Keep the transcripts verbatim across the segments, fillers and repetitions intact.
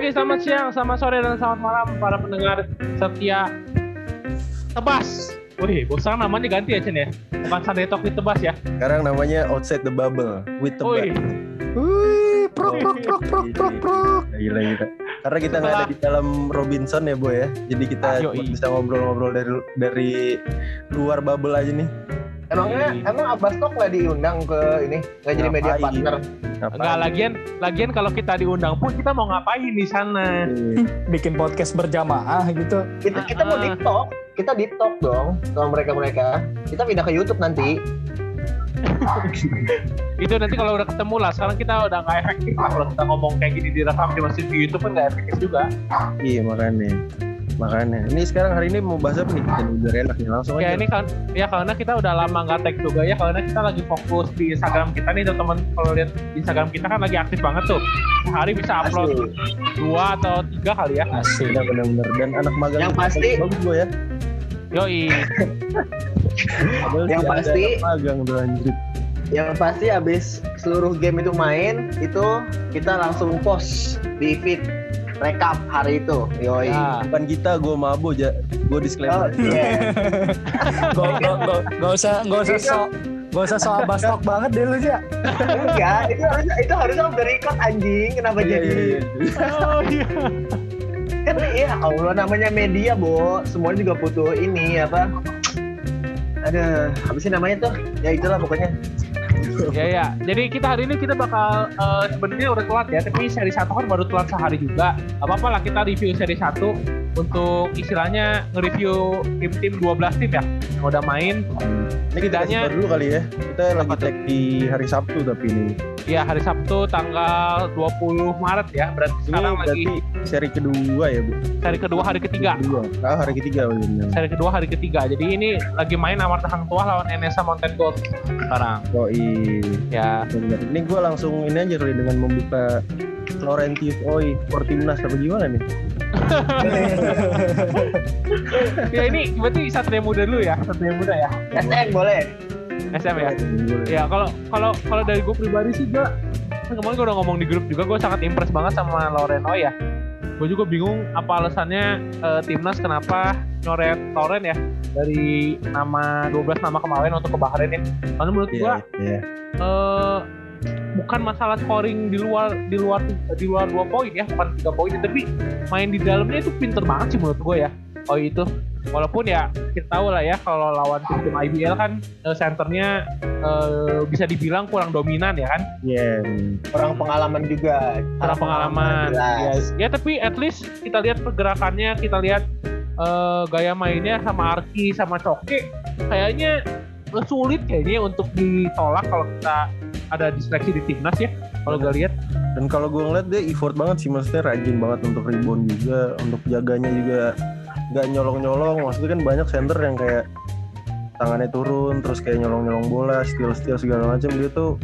pagi, selamat siang, selamat sore, dan selamat malam para pendengar setia Tebas. Wih, bosan namanya ganti ya Cen ya. Bukan Sunday Talk di Tebas ya. Sekarang namanya Outside the Bubble with Tebas. Wih, Wih, prok prok prok prok prok prok. Gila gila. Karena kita nggak ada di dalam Robinson ya Boy ya. Jadi kita Ah, yoi. bisa ngobrol-ngobrol dari dari luar bubble aja nih. Emangnya emang Abastok nggak diundang ke ini, nggak jadi media Ngapain? partner? enggak lagian, lagian kalau kita diundang pun kita mau ngapain di sana? Bikin podcast berjamaah gitu. Kita kita mau Ah. di talk, kita di talk dong sama mereka mereka. Kita pindah ke YouTube nanti. Itu nanti kalau udah ketemu lah. Sekarang kita udah nggak efektif lah kalau kita ngomong kayak gini direkam di masih di YouTube kan nggak efektif juga. Iya makanya. Makanya. Ini sekarang hari ini mau bahas apa nih? Dan biar enak nih langsung Ya aja. ini kan, ya karena kita udah lama nggak tag juga ya, karena kita lagi fokus di Instagram kita nih teman-teman. Kalau lihat Instagram kita kan lagi aktif banget tuh, sehari bisa upload Asli. dua atau tiga kali ya. Asik. Benar-benar dan anak magang Yang kita pasti- bagus gue ya. Yoi, Padahal Yang sih ada pasti- anak magang tuh anjir. Yang pasti abis seluruh game itu main, itu kita langsung post di feed rekap hari itu. Yoi. ya. Bukan kita, gue mabo aja. Gue Oh disclaimer. iya. Gak, gak, gak, gak usah, gak usah so, gak usah soal Abastok banget deh lu ya. Enggak, itu harusnya itu harusnya udah record anjing. Kenapa Iya, jadi? iya, iya. Oh iya. Kan ya Allah namanya media, Bo. Semuanya juga butuh ini apa? Ada apa sih namanya tuh? Ya itulah pokoknya. Ya ya. Jadi kita hari ini kita bakal eh, sebenarnya udah telat ya, tapi seri satu kan baru telat sehari juga. Gak apa-apa lah kita review seri satu untuk istilahnya nge-review tim-tim dua belas tim ya yang udah main. Ini kita Setidaknya- kasih tahu dulu kali ya. Kita lagi tag di hari Sabtu tapi ini. Ya hari Sabtu tanggal dua puluh Maret ya. Berarti Ini sekarang lagi berarti seri kedua ya, Bu? seri kedua hari ketiga. Kedua. Ah, hari ketiga oh, iya. Seri kedua hari ketiga. Jadi ini lagi main Amarta Hang Tuah lawan N S A Mountain Gold sekarang. Oh iya. Ya. Benar. Ini gue langsung ini aja kali dengan membuka Laurentius Oi for Timnas apa gimana nih? Ya ini berarti Satria Muda dulu ya, Satria Muda ya. S M boleh. S M ya. Ya kalau kalau kalau dari gue pribadi sih gue kemarin gue udah ngomong di grup juga, gue sangat impress banget sama Lauren Oy ya. Gue juga bingung apa alasannya eh, timnas kenapa nyoret Lauren ya dari nama dua belas nama kemarin untuk ke Bahrain ya. Karena menurut gue Iya, iya. eh, bukan masalah scoring di luar di luar di luar dua poin ya, bukan tiga poin, tapi main di dalamnya itu pinter banget sih menurut gue ya. Oh itu walaupun ya kita tahu lah ya kalau lawan tim I B L kan eh, centernya eh, bisa dibilang kurang dominan ya kan, Iya. Orang pengalaman juga. kurang pengalaman ya, Jelas. ya tapi at least kita lihat pergerakannya, kita lihat eh, gaya mainnya sama Arki sama Coke kayaknya eh, sulit kayaknya untuk ditolak kalau kita ada diseleksi di timnas ya kalau gue lihat. Dan kalau gue ngeliat dia effort banget sih, maksudnya rajin banget untuk rebound juga, untuk jaganya juga nggak nyolong-nyolong. Maksudnya kan banyak center yang kayak tangannya turun terus kayak nyolong-nyolong bola, steal-steal segala macam. Dia tuh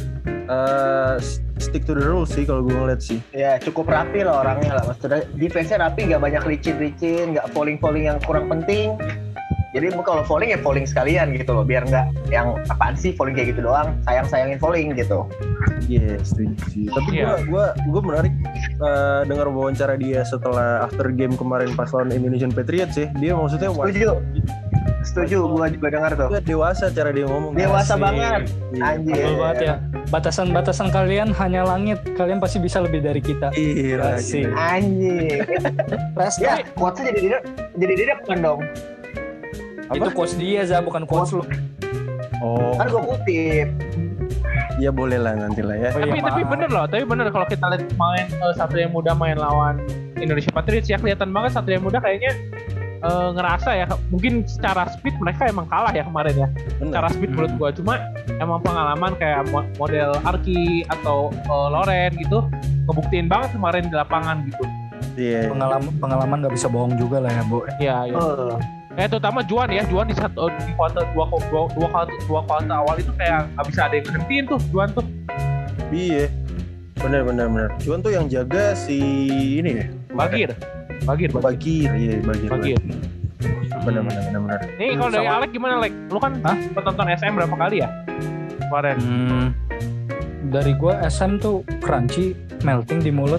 uh, stick to the rules sih kalau gue ngeliat sih. Ya cukup rapi lah orangnya lah. Maksudnya defense-nya rapi, nggak banyak licin-licin, nggak falling-falling yang kurang penting. Jadi kalau falling ya falling sekalian gitu loh, biar nggak yang apaan sih falling kayak gitu doang, sayang-sayangin falling gitu. Iya, yes, setuju sih. Tapi gue Iya. gue gue menarik uh, dengar wawancara dia setelah after game kemarin pas lawan Indonesian Patriots sih. Dia maksudnya wah, Setuju, setuju, gua juga dengar tuh. dia dewasa cara dia ngomong. Dewasa Asik. banget, Iya. anjir. Betul banget ya. Batasan-batasan kalian hanya langit. Kalian pasti bisa lebih dari kita. Iya, Asik. Anjir. Respect. Ya, quotes-nya jadi dia, jadi dia bukan dong. Itu quotes dia, Za, bukan quotes lu. Oh, Kan gua kutip. ya boleh lah nanti lah ya. Oh, Tapi iya, tapi maaf. bener loh, tapi bener kalau kita lihat main uh, Satria Muda main lawan Indonesia Patriots ya kelihatan banget Satria Muda kayaknya uh, ngerasa ya mungkin secara speed mereka emang kalah ya kemarin ya. Benar. Secara speed Hmm. menurut gua cuma emang pengalaman kayak mo- model Arki atau uh, Loren gitu ngebuktiin banget kemarin di lapangan gitu. Iya. Pengalaman pengalaman nggak bisa bohong juga lah ya, Bu. Iya, iya. Oh. Eh terutama Juan ya, Juan di satu di kuarter dua dua dua kuarter dua kuarter awal itu kayak nggak bisa ada yang ngehentiin tuh Juan tuh. Iya. Benar benar benar. Cuman tuh yang jaga si ini ya. Bagir. Bagir, Bagir. Bagir, iya Bagir. Bagir. Benar benar benar benar. Nih kalau dari Sama- Alek gimana Lek? Lu kan Hah? penonton S M berapa kali ya? Kemarin. Hmm, dari gua S M tuh crunchy, melting di mulut.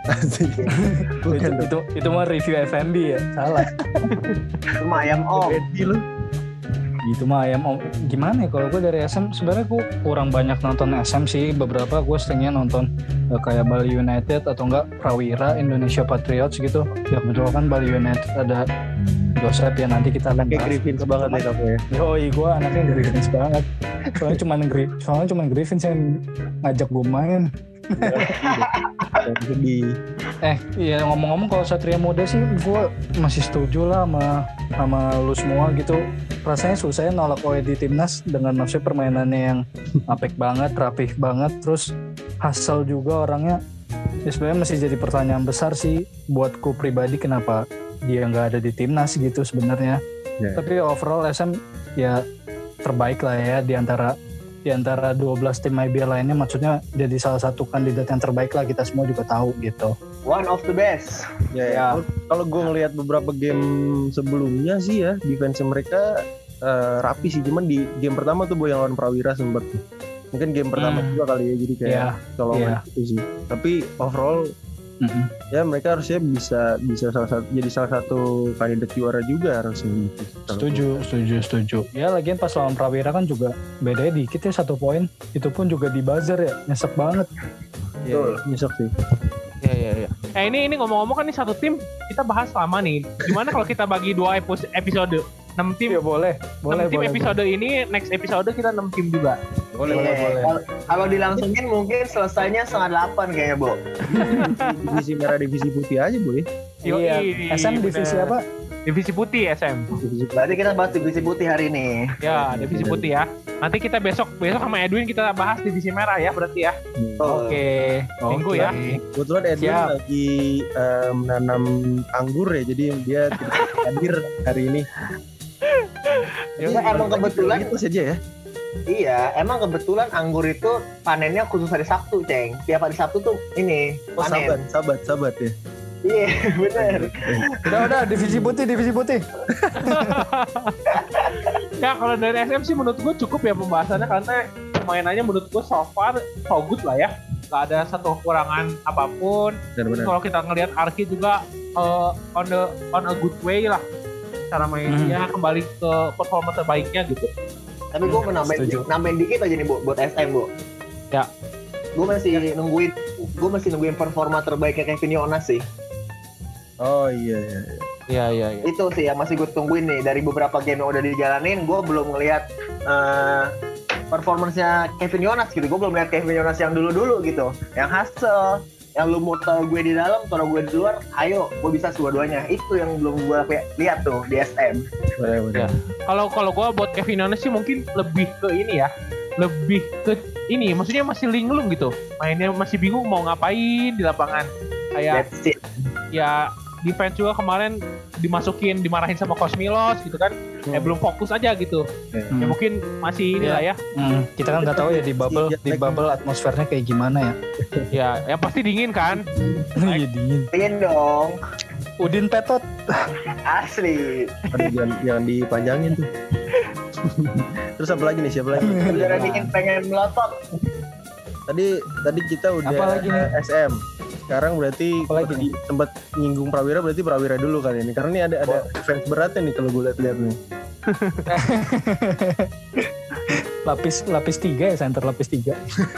Asik. Bukan dong. itu itu mah review F M B ya, salah. Cuma ayam om. Bedi lu. Gitu mah ayam om. Gimana ya kalau gue dari S M sebenarnya gue kurang banyak nonton S M sih. Beberapa gue seringnya nonton uh, kayak Bali United atau enggak Prawira, Indonesia Patriots gitu. Ya betul kan Bali United ada Joseph ya, nanti kita akan Kayak Griffins banget ya kamu ya. Yoi, gue anaknya Griffins banget. Soalnya cuma soalnya cuma Griffins yang ngajak gue main. Sedih. Eh, iya ngomong-ngomong kalau Satria Muda sih gue masih setuju lah sama sama lu semua gitu. Rasanya susah ya nolak O E di timnas dengan maksudnya permainannya yang apik banget, rapih banget, terus hustle juga orangnya. Ya sebenarnya masih jadi pertanyaan besar sih buatku pribadi kenapa dia nggak ada di timnas gitu sebenarnya. Yeah. Tapi overall S M ya terbaik lah ya di antara di antara dua belas tim I B L lainnya, maksudnya jadi salah satu kandidat yang terbaik lah, kita semua juga tahu gitu. One of the best. Ya, ya. Kalau gue ngelihat beberapa game sebelumnya sih ya, defense mereka uh, rapi sih. Cuman di game pertama tuh boy yang lawan Prawira sempet. Mungkin game pertama hmm. juga kali ya, jadi kayak yeah. colongan yeah. gitu sih. Tapi overall mm-hmm. ya mereka harusnya bisa bisa salah satu jadi salah satu kandidat juara juga harusnya gitu. Setuju, setuju, setuju. Ya lagian pas lawan Prawira kan juga bedanya dikit ya satu poin. Itu pun juga di buzzer ya, nyesek banget. Iya, nyesek sih. Iya iya iya. Eh ini ini ngomong-ngomong kan nih satu tim kita bahas lama nih. Gimana kalau kita bagi dua episode? enam tim. Ya boleh, boleh, enam tim boleh. Episode boleh. Ini next episode kita enam tim juga. Boleh, yeah. boleh, boleh. Kalau, kalau dilangsungin mungkin selesainya setengah delapan kayaknya, Bu. Divisi merah, divisi putih aja, boy. Iya. S M divisi bener. apa? Divisi putih S M. Berarti kita bahas divisi putih hari ini. Ya, divisi putih ya. Nanti kita besok besok sama Edwin kita bahas divisi merah ya berarti ya. Oh. Oke. Okay. Minggu ya. Kebetulan Edwin Siap. lagi uh, menanam anggur ya, jadi dia tidak hadir hari ini. Ya, emang kebetulan itu saja ya. Iya, emang kebetulan anggur itu panennya khusus hari Sabtu, Ceng. Tiap hari Sabtu tuh ini oh, panen. Sabat, sabat, sabat ya. Iya, benar. Udah, udah, divisi putih, divisi putih. Ya kalau dari S M sih menurut gue cukup ya pembahasannya, karena permainannya menurut gue so far so good lah ya. Gak ada satu kekurangan apapun. Kalau kita ngelihat Arki juga uh, on the on a good way lah. Cara mainnya hmm. kembali ke performa terbaiknya gitu. Tapi gue mau nambahin, nambahin dikit aja nih Bu, buat S M Bu. Ya. Gue masih ya. nungguin, gue masih nungguin performa terbaiknya Kevin Yonas sih. Oh iya iya. Iya iya. iya. Itu sih yang masih gue tungguin nih dari beberapa game yang udah dijalanin. Gue belum ngelihat uh, performance-nya Kevin Yonas gitu. Gue belum lihat Kevin Yonas yang dulu-dulu gitu. Yang hustle, yang lu mau tahu gue di dalam, tahu gue di luar, ayo, gue bisa dua-duanya. Itu yang belum gue lihat tuh di S M. Ya. Kalau kalau gue buat Kevin Yonas sih mungkin lebih ke ini ya, lebih ke ini, maksudnya masih linglung gitu, mainnya masih bingung mau ngapain di lapangan. Kayak ya defense juga kemarin dimasukin, dimarahin sama Coach Milos gitu kan, hmm. eh belum fokus aja gitu. Hmm. Ya mungkin masih inilah ya. Hmm. Kita kan nggak tahu ya di bubble, di bubble atmosfernya kayak gimana ya. Ya, yang pasti dingin kan. Iya dingin. Dingin dong. Udin Petot. Asli. Aduh, jangan, jangan dipanjangin tuh. Terus apa lagi nih, siapa lagi? Udara dingin pengen melotot. Tadi tadi kita udah apa lagi nih? S M. Sekarang berarti di, sempat nyinggung Prawira, berarti Prawira dulu kali ini. Karena ini ada ada fans beratnya nih kalau gue lihat-lihat nih. lapis lapis tiga ya, center lapis tiga.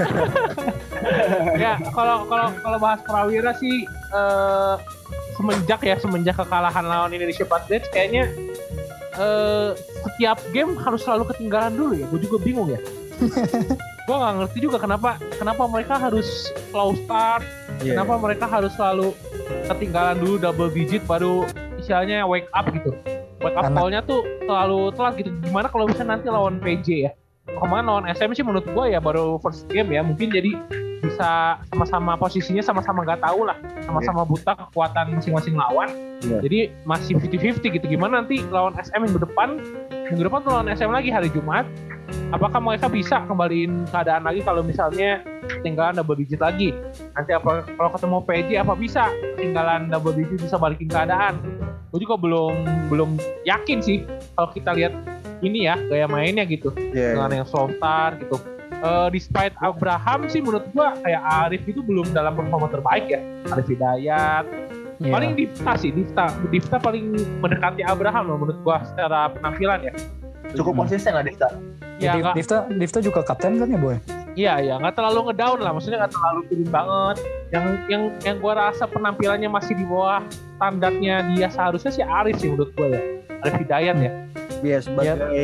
Ya kalau kalau kalau bahas Prawira sih eh, semenjak ya semenjak kekalahan lawan Indonesia Patriots kayaknya eh, setiap game harus selalu ketinggalan dulu ya. Gue juga bingung ya. Gue nggak ngerti juga kenapa kenapa mereka harus slow start. Yeah. Kenapa mereka harus selalu ketinggalan dulu double digit baru istilahnya wake up gitu. Wake up call-nya tuh selalu telat gitu. Gimana kalau bisa nanti lawan P J ya? Kemarin lawan S M sih menurut gue ya baru first game ya. Mungkin jadi bisa sama-sama posisinya sama-sama nggak tahu lah. Sama-sama buta kekuatan masing-masing lawan. Yeah. Jadi masih fifty fifty gitu. Gimana nanti lawan S M minggu depan? Minggu depan tuh lawan S M lagi hari Jumat. Apakah mereka bisa kembaliin keadaan lagi kalau misalnya ketinggalan double digit lagi? Nanti apa kalau ketemu P J apa bisa ketinggalan double digit bisa balikin keadaan? Gue juga belum belum yakin sih kalau kita lihat ini ya gaya mainnya gitu yeah, dengan yeah. yang slow start gitu. uh, despite Abraham sih menurut gua kayak Arif itu belum dalam performa terbaik ya. Arif Hidayat Iya. paling Difta sih, Difta Difta paling mendekati Abraham loh menurut gua secara penampilan ya. Cukup Hmm. konsisten lah Difta. Ya, Div- nggak- Difta, Difta juga kapten kan ya boy? Iya ya, nggak terlalu ngedown lah, maksudnya nggak terlalu turun banget. Yang yang yang gue rasa penampilannya masih di bawah standarnya dia seharusnya si Arif sih menurut gue ya, Arif Hidayat ya. Dia sebagai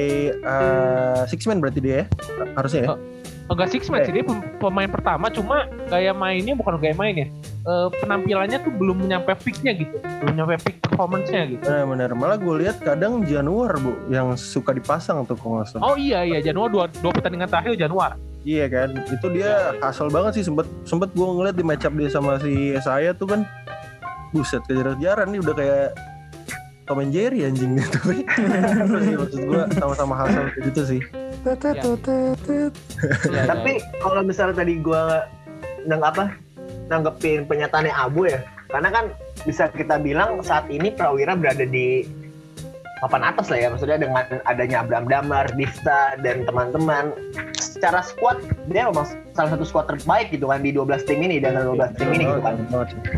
uh, six man berarti dia ya? Harusnya ya? Oh. Enggak six man sih, dia pem- pemain pertama, cuma gaya mainnya bukan gaya mainnya. E, penampilannya tuh belum nyampe peaknya gitu, belum nyampe peak performance-nya gitu. Nah, benar. Malah gue lihat kadang Januar bu yang suka dipasang tuh kalau nggak salah. Oh iya iya, Januar dua, dua pertandingan terakhir Januar. Iya kan, itu dia hasil banget sih. Sempet sempet gue ngeliat di match up dia sama si saya tuh kan, buset kejar-kejaran nih udah kayak Tom and Jerry anjing gitu. Terus sih maksud gue sama-sama hasil kayak gitu sih. Tetet, Ya. tetet. Ya, Tapi kalau misalnya tadi gue nang apa nanggepin pernyataannya Abu ya, karena kan bisa kita bilang saat ini Prawira berada di papan atas lah ya, maksudnya dengan adanya Abraham Damar, Difta dan teman-teman. Secara squad dia memang salah satu squad terbaik gitu kan di dua belas tim ini, dan dua belas tim ini gitu kan.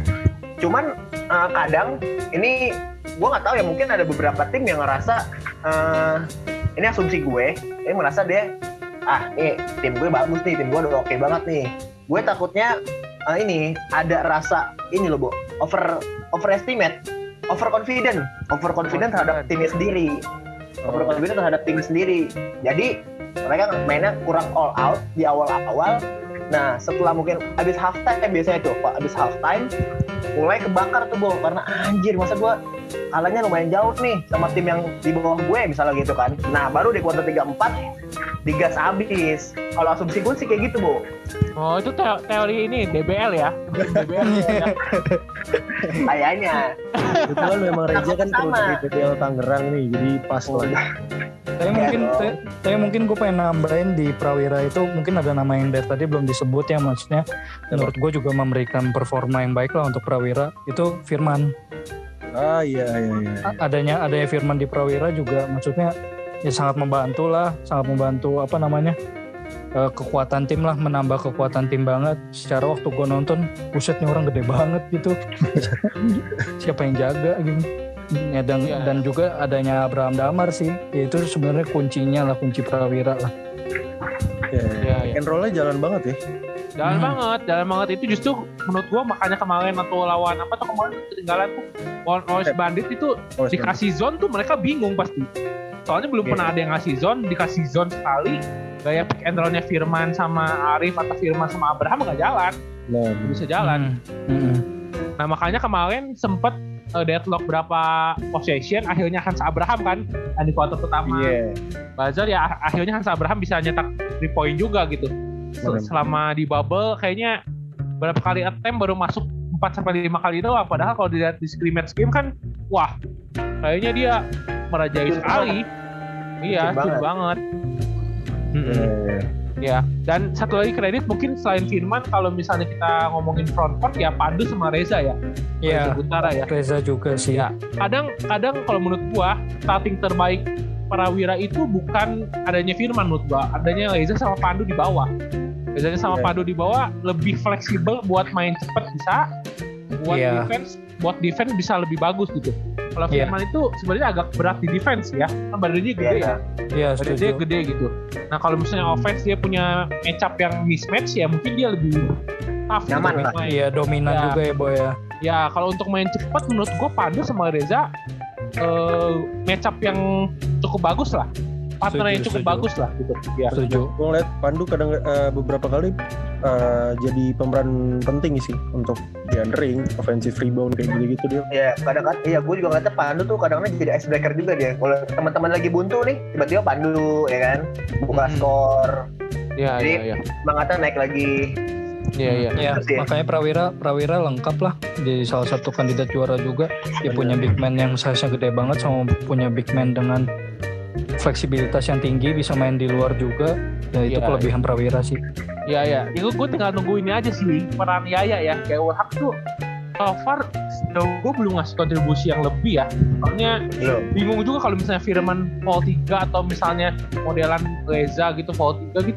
Cuman uh, kadang ini gue nggak tahu ya, mungkin ada beberapa tim yang ngerasa uh, ini asumsi gue, ini merasa dia ah nih tim gue bagus nih, tim gue udah oke banget nih. Gue takutnya uh, ini ada rasa ini loh bu, over overestimate, overconfident, overconfident terhadap timnya sendiri, overconfident terhadap tim sendiri. Jadi mereka mainnya kurang all out di awal-awal. Nah setelah mungkin habis half time biasanya tuh, pak habis half time mulai kebakar tuh Bo, karena anjir masa gue kalahnya lumayan jauh nih sama tim yang di bawah gue misalnya gitu kan. Nah baru di kuarter tiga empat digas habis. Kalau asumsi gue sih kayak gitu Bu. Oh itu teo- teori ini D B L ya, D B L ya. Kayaknya. Kebetulan memang Reja kan terus Sama. di P T L Tangerang nih, jadi pas lah. Tapi mungkin, dong. tapi, tapi mungkin gue pengen nambahin di Prawira itu mungkin ada nama yang dari tadi belum disebut ya, maksudnya menurut gue juga memberikan performa yang baik lah untuk Prawira itu Firman. Ah iya iya iya. A- Adanya adanya Firman di Prawira juga maksudnya ya sangat membantu lah, sangat membantu apa namanya eh, kekuatan tim lah, menambah kekuatan tim banget. Secara waktu gue nonton, buset nih orang gede banget gitu. Siapa yang jaga gitu. Ya, dan, Iya. dan juga adanya Abraham Damar sih, ya itu sebenarnya kuncinya lah, kunci Prawira lah. Iya, Iya, iya. Pick and roll-nya jalan banget ya. Jalan Hmm. banget, jalan banget itu justru menurut gua makanya kemarin atau lawan apa tuh kemarin ketinggalan tuh lawan Orange Bandit itu Oh, dikasih zone tuh mereka bingung pasti. Soalnya belum Iya. pernah ada yang ngasih zone, dikasih zone sekali. Gaya pick and roll-nya Firman sama Arif atau Firman sama Abraham nggak jalan, nah, nggak bisa jalan. Hmm. Hmm. Nah makanya kemarin sempet uh, deadlock berapa possession, akhirnya Hans Abraham kan, dan di kuarter pertama iya. buzzer ya akhirnya Hans Abraham bisa nyetak three point juga gitu. Se- Bener. Selama di bubble kayaknya berapa kali attempt baru masuk empat sampai lima kali doang, padahal kalau dilihat di scrimmage game kan wah kayaknya dia merajai Cun sekali. Iya, Cun cun banget. banget. Mm-mm. Iya. Ya, dan satu lagi kredit mungkin selain Firman kalau misalnya kita ngomongin front court ya Pandu sama Reza ya. Iya, Reza Utara ya. Reza juga sih. Ya, kadang kadang kalau menurut gua starting terbaik Prawira itu bukan adanya Firman menurut gua, adanya Reza sama Pandu di bawah. Reza sama Iya. Pandu di bawah lebih fleksibel buat main cepat bisa, buat Iya. defense buat defense bisa lebih bagus gitu. Kalau Iya. Firman itu sebenarnya agak berat di defense ya, kan badannya gede Iya. ya, Iya, badannya setuju. gede gitu. Nah kalau misalnya offense dia punya matchup yang mismatch ya mungkin dia lebih tough gitu Nyaman buat lah. main. Iya, dominan Ya. juga ya Boy ya. Ya kalau untuk main cepat menurut gue Pandu sama Reza eh, matchup yang cukup bagus lah, partner Setuju, yang cukup setuju. bagus lah gitu. Ya. Setuju. Gue ngeliat Pandu kadang eh, beberapa kali eh, jadi pemeran penting sih untuk Ring, offensive rebound kayak gitu-gitu dia. Ya kadang-kadang, iya gue juga ngeliatnya Pandu tuh kadang-kadang jadi icebreaker juga dia. Kalau teman-teman lagi buntu nih, tiba-tiba Pandu ya kan, buka Hmm. skor, Ya, Jadi- ya, ya, semangatnya naik lagi. ya, ya. Ya, Terus ya. makanya Prawira Prawira lengkap lah, jadi salah satu kandidat juara juga. Dia punya big man yang size-nya gede banget, sama punya big man dengan fleksibilitas yang tinggi, bisa main di luar juga. Ya itu Iya, kelebihan Prawira sih. Ya, ya. Itu gue tinggal nunggu ini aja sih peran Yaya ya. Kayak Wahab tuh so far sejauh gue belum ngasih kontribusi yang lebih ya. Soalnya Belum. bingung juga kalau misalnya Firman foul tiga atau misalnya modelan Reza gitu foul tiga gitu.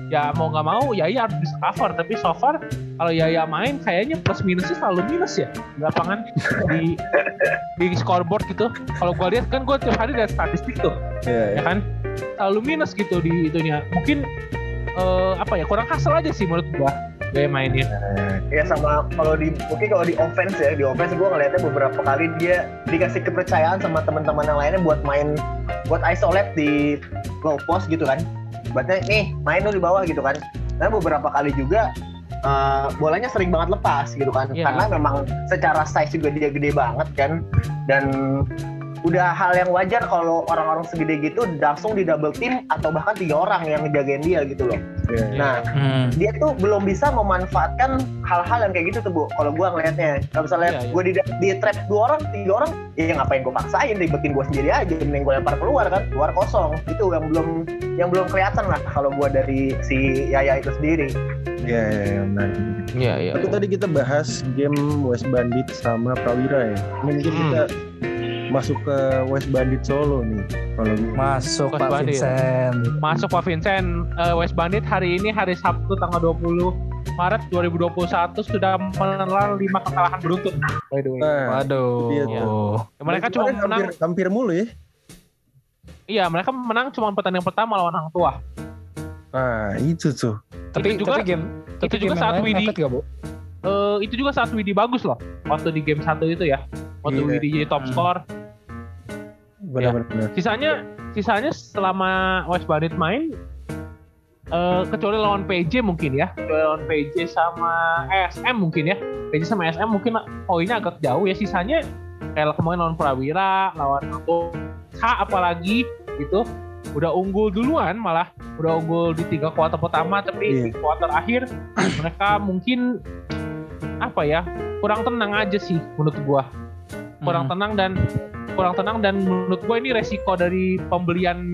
ya mau nggak mau Yaya harus bisa cover, tapi so far kalau Yaya main kayaknya plus minusnya selalu minus ya di lapangan di di scoreboard gitu. Kalau gue lihat kan gue tiap hari lihat statistik tuh, Iya, ya kan selalu minus gitu di itunya. Mungkin eh, apa ya kurang hasil aja sih menurut gue gaya mainnya. Ya sama kalau di mungkin kalau di offense ya, di offense gue ngeliatnya beberapa kali dia dikasih kepercayaan sama teman-teman yang lainnya buat main buat isolate di low post gitu kan. Buatnya nih main lu di bawah gitu kan. Nah beberapa kali juga uh, bolanya sering banget lepas gitu kan. Yeah. Karena memang secara size juga dia gede banget kan. Dan udah hal yang wajar kalau orang-orang segede gitu langsung di double team atau bahkan tiga orang yang ngejagain dia gitu loh. Iya. Nah, Hmm. dia tuh belum bisa memanfaatkan hal-hal yang kayak gitu tuh Bu. Kalau gua ngelihatnya, kalau misalnya Iya, iya. gua di, di trap dua orang, tiga orang, ya ngapain gua paksain, ribetin gua sendiri aja, mending gua lempar keluar kan, keluar kosong. Itu yang belum yang belum kelihatan lah kalau gua dari si Yaya itu sendiri. Iya, iya, iya, benar. Iya iya. Tapi tadi kita bahas game West Bandit sama Prawira ya. Mungkin Hmm. kita masuk ke West Bandit Solo nih. Kalau gue. Masuk West Pak Bandit. Vincent. Masuk Pak Vincent, uh, West Bandit hari ini hari Sabtu tanggal dua puluh Maret dua ribu dua puluh satu sudah menelan lima kekalahan beruntun. By the way. Nah, Waduh. Iya tuh. Mereka kemarin cuma menang. hampir, hampir mulu ya. Iya, mereka menang cuma pertandingan pertama lawan Hang Tuah. Nah, itu tuh. Tapi Itu juga- tapi game tapi itu juga game saat yang lain Widi- mepet gak, Bu? Eh, itu juga saat Widi bagus loh waktu di game satu itu ya. Waktu Iya. Widi jadi top Hmm. skor. Benar-benar. Sisanya sisanya selama West Bandit main eh, kecuali lawan P J mungkin ya. Kecuali lawan P J sama E S M mungkin ya. P J sama E S M mungkin poinnya agak jauh ya. Sisanya kayak kemarin lawan Prawira, lawan H apalagi gitu. Udah unggul duluan malah. Udah unggul di tiga kuarter pertama, tapi Iya. di kuarter akhir mereka mungkin apa ya, kurang tenang aja sih menurut gua. Kurang Hmm. tenang dan kurang tenang dan menurut gua ini resiko dari pembelian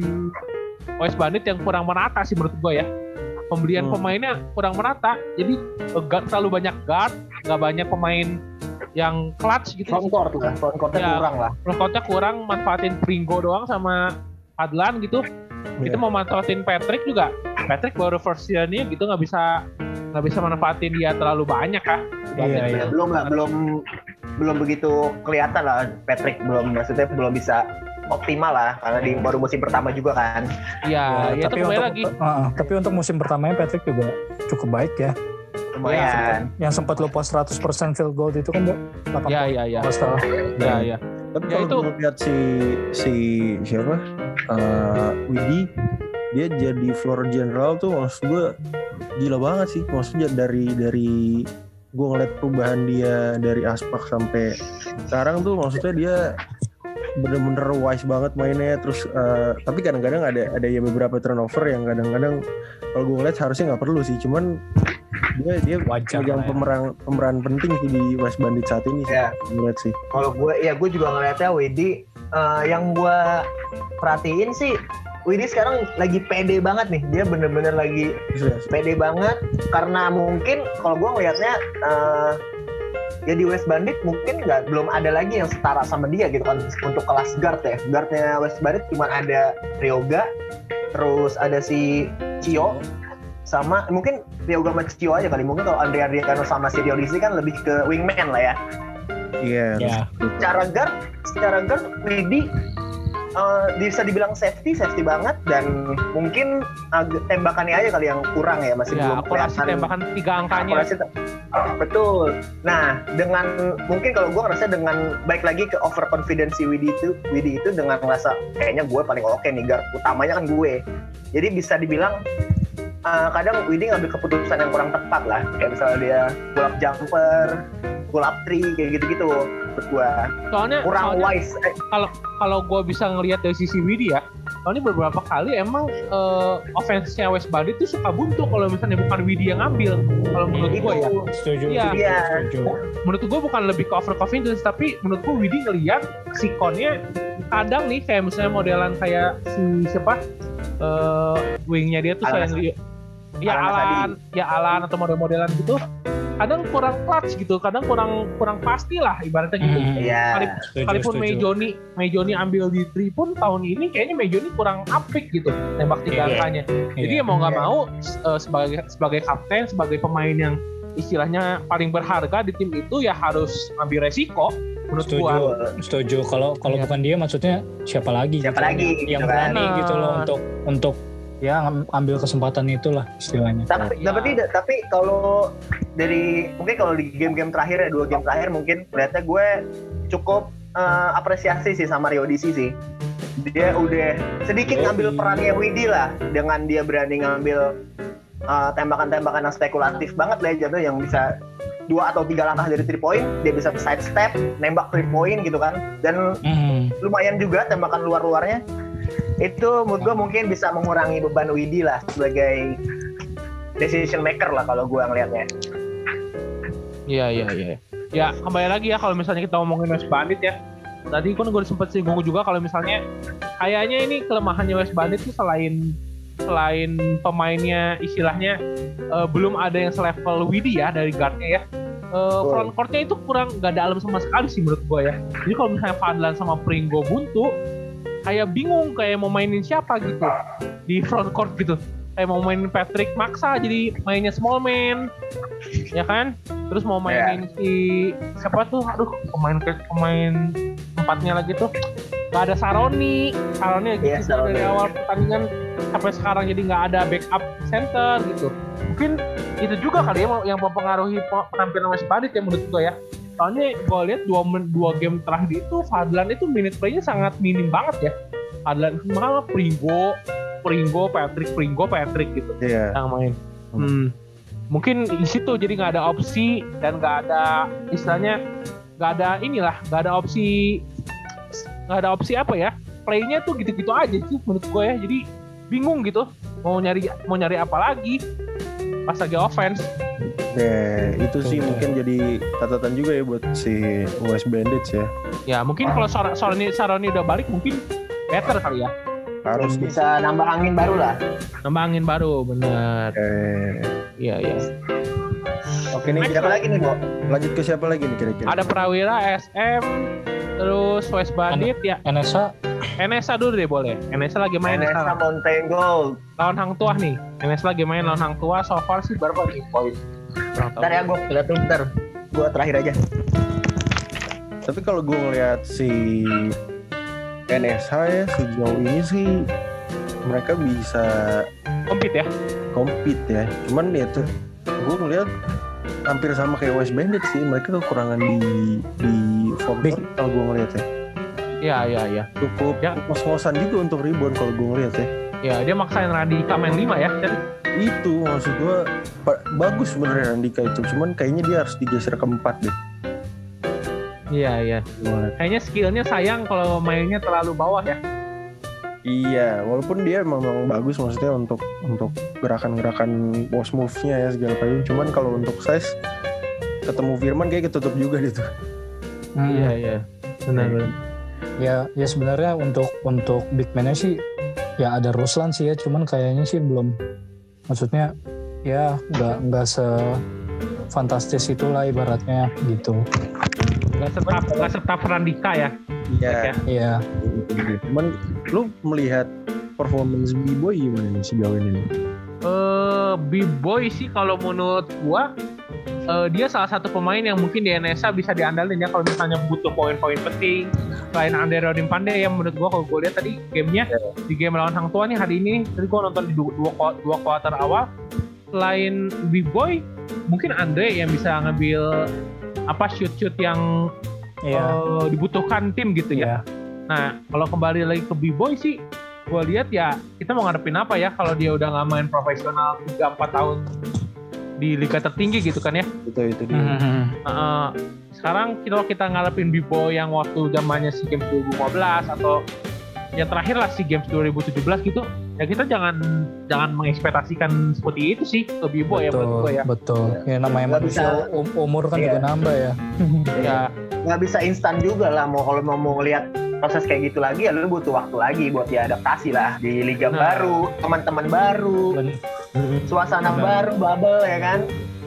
West Bandit yang kurang merata sih menurut gua ya. Pembelian Hmm. pemainnya kurang merata. Jadi eh, guard terlalu banyak guard, nggak banyak pemain yang clutch gitu. Front court lah, front courtnya Ya. kurang lah. Front-courtnya kurang, manfaatin Pringo doang sama Adlan gitu. Kita Iya. mau manfaatin Patrick juga. Patrick baru first year-nya gitu nggak bisa nggak bisa manfaatin dia terlalu banyak kah? Iya, iya. Ya, belum lah, belum belum begitu kelihatan lah Patrick belum maksudnya belum bisa optimal lah karena di baru musim pertama juga kan. Iya, ya, itu tapi kembali untuk lagi. uh, tapi untuk musim pertamanya Patrick juga cukup baik ya. Lumayan. Yang sempat lupa seratus persen field goal itu kan, Bu? delapan Iya, poin, iya, iya. kalau salah. Iya, iya. Tapi Ya, kalau itu- gue lihat si si siapa eh Widi, dia jadi floor general tuh maksud gue gila banget sih. Maksudnya dari dari gue ngeliat perubahan dia dari Aspak sampai sekarang tuh maksudnya dia bener-bener wise banget mainnya. Terus eh, tapi kadang-kadang ada ada ya beberapa turnover yang kadang-kadang kalau gue ngeliat harusnya nggak perlu sih. Cuman dia dia Wajar pegang lah ya. pemeran pemeran penting sih di West Bandit saat ini sih. Ya. Ngeliat sih. Kalau gue ya gue juga ngeliatnya Widi eh, yang gue perhatiin sih Widi sekarang lagi pede banget nih. Dia bener-bener lagi Serius. pede banget karena mungkin kalau gue ngelihatnya uh, ya di West Bandit mungkin nggak belum ada lagi yang setara sama dia gitu kan untuk kelas guard ya. Guardnya West Bandit cuma ada Ryoga, terus ada si Cio sama mungkin Ryoga sama Cio aja kali. Mungkin kalau Andre Adriano sama si Diodisi kan lebih ke wingman lah ya. Iya. Ya. Secara guard, secara guard Widi uh, bisa dibilang safety, safety banget dan mungkin agak tembakannya aja kali yang kurang ya masih Ya, belum akurasi kelihatan. tembakan tiga angkanya. Akurasi te- betul. Nah, dengan mungkin kalau gue ngerasa dengan baik lagi ke overconfidence si Widi itu, Widi itu dengan ngerasa kayaknya gue paling oke nih guard utamanya kan gue. Jadi bisa dibilang uh, kadang Widi ngambil keputusan yang kurang tepat lah. Kayak misalnya dia pull up jumper, pull up three kayak gitu-gitu menurut gue. Soalnya Kurang soalnya wise. Eh, kalau kalau gue bisa ngelihat dari sisi Widi ya, soalnya beberapa kali emang eh, offense-nya West Bandit itu suka buntu kalau misalnya bukan Widi yang ngambil. Kalau menurut itu. gue ya, Setuju. Iya. setuju, Iya. setuju. menurut gue bukan lebih ke overconfidence, tapi menurut gue Widi ngelihat si Konnya kadang nih kayak misalnya modelan kayak si siapa eh wingnya dia tuh Alan selain Rio- ya Alan Alan, ya Alan atau model-modelan gitu, kadang kurang clutch gitu, kadang kurang kurang pasti lah ibaratnya gitu. Hmm. Iya. Sekalip- Setuju, Sekalipun setuju. Mejoni Mejoni ambil di three pun tahun ini kayaknya Mejoni kurang apik gitu tembak tiga Iya. angkanya. Jadi Iya. ya mau nggak Iya. mau uh, sebagai sebagai kapten, sebagai pemain yang istilahnya paling berharga di tim itu ya harus ambil resiko menurut Setuju. gua. Setuju. Kalau kalau Iya. bukan dia maksudnya siapa lagi? Siapa gitu, lagi, yang, yang gitu kan. berani gitu loh untuk untuk ya ngam- ambil kesempatan itulah istilahnya. Tapi Iya. tapi tidak, tapi kalau dari mungkin kalau di game-game terakhir ya dua game terakhir mungkin lihatnya gue cukup eh, apresiasi sih sama Rio D C sih. Dia udah sedikit Yoi. ngambil perannya Widi lah dengan dia berani ngambil eh, tembakan-tembakan yang spekulatif banget lah jatuh yang bisa dua atau tiga langkah dari three point, dia bisa side step, nembak three point gitu kan. Dan Hmm. lumayan juga tembakan luar-luarnya. Itu menurut gue mungkin bisa mengurangi beban Widi lah sebagai decision maker lah kalau gue ngelihatnya. Iya iya iya. Ya kembali lagi ya kalau misalnya kita ngomongin West Bandit ya. Tadi kan gue sempat singgung juga kalau misalnya kayaknya ini kelemahannya West Bandit itu selain selain pemainnya istilahnya eh, belum ada yang selevel Widi ya dari guardnya ya. Eh, front courtnya itu kurang nggak dalam sama sekali sih menurut gue ya. Jadi kalau misalnya Fadlan sama Pringo buntu, kayak bingung kayak mau mainin siapa gitu di front court gitu. Kayak mau mainin Patrick maksa jadi mainnya small man, ya kan? Terus mau mainin si siapa tuh? Aduh, pemain pemain empatnya lagi tuh nggak ada Saroni, Saroni gitu Iya, Saroni. dari awal pertandingan sampai sekarang jadi nggak ada backup center gitu. Mungkin itu juga kali ya yang mempengaruhi penampilan West Bandit ya menurut gue ya. Soalnya gue lihat dua, dua game terakhir itu Fadlan itu minute play-nya sangat minim banget ya. Fadlan malah Pringo, Pringo, Patrick, Pringo, Patrick gitu Iya. yang main. Hmm. Mungkin di situ jadi nggak ada opsi dan nggak ada istilahnya nggak ada inilah nggak ada opsi nggak ada opsi apa ya playnya tuh gitu-gitu aja sih menurut gue ya. Jadi bingung gitu mau nyari mau nyari apa lagi pas lagi offense. Ya, itu sih Betul. mungkin jadi catatan juga ya buat si West Bandits ya. Ya mungkin kalau Sar- Saroni Saroni udah balik mungkin better kali ya. Harus nih. Bisa nambah angin baru lah. Nambah angin baru bener. Eh, Iya iya. Oke nih, Siapa lagi nih, Bo? lanjut ke siapa lagi nih kira-kira? Ada Prawira, S M, terus West Bandit ya. N S A N S A dulu deh boleh. N S A lagi main N S A sekarang. Mountain Gold. Lawan Hang Tuah nih. N S A lagi main lawan Hang Tuah. So far sih berapa nih poin? Kurang tahu. Ntar ya gue lihat dulu ntar. Gue terakhir aja. Tapi kalau gue ngeliat si N S H ya sejauh ini sih mereka bisa Compete ya. compete ya. Cuman ya tuh gue ngeliat hampir sama kayak West Bandit sih. Mereka kekurangan di di form Big. kalau gue ngeliat ya. Iya iya iya. Cukup Ya. ngos-ngosan juga untuk rebound kalau gue ngeliat ya. Ya dia maksain Radika main lima ya. Jadi, Itu maksud gue pa- bagus sebenarnya Andika itu. Cuman kayaknya dia harus digeser ke empat deh. iya iya. Gua- Kayaknya skillnya sayang kalau mainnya terlalu bawah ya. Iya, walaupun dia emang, memang bagus maksudnya untuk untuk gerakan-gerakan post move-nya ya segala macam. Cuman kalau untuk size ketemu Firman kayak ketutup juga gitu. Iya iya. Benar benar. ya ya sebenarnya untuk untuk big man-nya sih ya ada Ruslan sih ya, cuman kayaknya sih belum, maksudnya ya nggak nggak se fantastis itulah ibaratnya gitu. Gak setap gak setap Radika ya. Iya. Iya. Cuman lu melihat performance B-Boy gimana nih sejauh ini? Eh B-Boy sih kalau menurut gua eh, dia salah satu pemain yang mungkin di N S A bisa diandalin ya kalau misalnya butuh poin-poin penting. Selain Andre Rodin Pandey yang menurut gua kalau gua lihat tadi gamenya di game lawan Hang Tuah nih hari ini nih, tadi gua nonton di dua, dua, dua quarter awal. Selain B-Boy mungkin Andre yang bisa ngambil apa shoot-shoot yang Iya. eh, dibutuhkan tim gitu ya. Iya. Nah, kalau kembali lagi ke B-Boy sih, gue lihat ya kita mau ngadepin apa ya kalau dia udah nggak main profesional tiga empat tahun di liga tertinggi gitu kan ya. Itu itu dia. Mhm. Uh, sekarang kalau kita ngadepin B-Boy yang waktu zamannya SEA Games dua ribu lima belas atau yang terakhir lah SEA Games dua ribu tujuh belas gitu, ya kita jangan jangan mengekspektasikan seperti itu sih ke B-Boy ya menurut Betul, gue ya. betul. Ya namanya Nggak manusia bisa- um- umur kan Iya. juga nambah ya. Ya, Nggak bisa instan juga lah. Mau kalau mau mau ngeliat proses kayak gitu lagi, ya lu butuh waktu lagi buat diadaptasi lah di liga Nah. baru, teman-teman baru, Ben- suasana Benar. baru, bubble ya kan.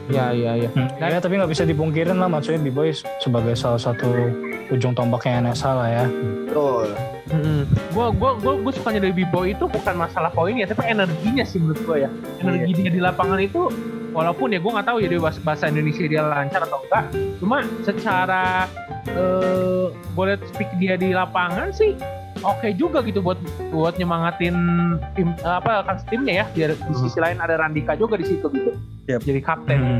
Iya iya iya. Hmm, ya tapi nggak bisa dipungkirin lah, maksudnya B-Boy sebagai salah satu ujung tombaknya N S A lah ya. Betul. Mm-hmm. Gua gua gua gua sukanya dari B-Boy itu bukan masalah poinnya, tapi energinya sih menurut gua ya. Energi dia di lapangan itu, walaupun ya gua nggak tahu ya dia bahasa, bahasa Indonesia dia lancar atau enggak. Cuma secara eh gua lihat speak dia di lapangan sih oke juga gitu buat buat nyemangatin tim apa kan timnya ya. Biar di sisi lain ada Randika juga di situ gitu. Yep. Jadi kapten Hmm. gitu.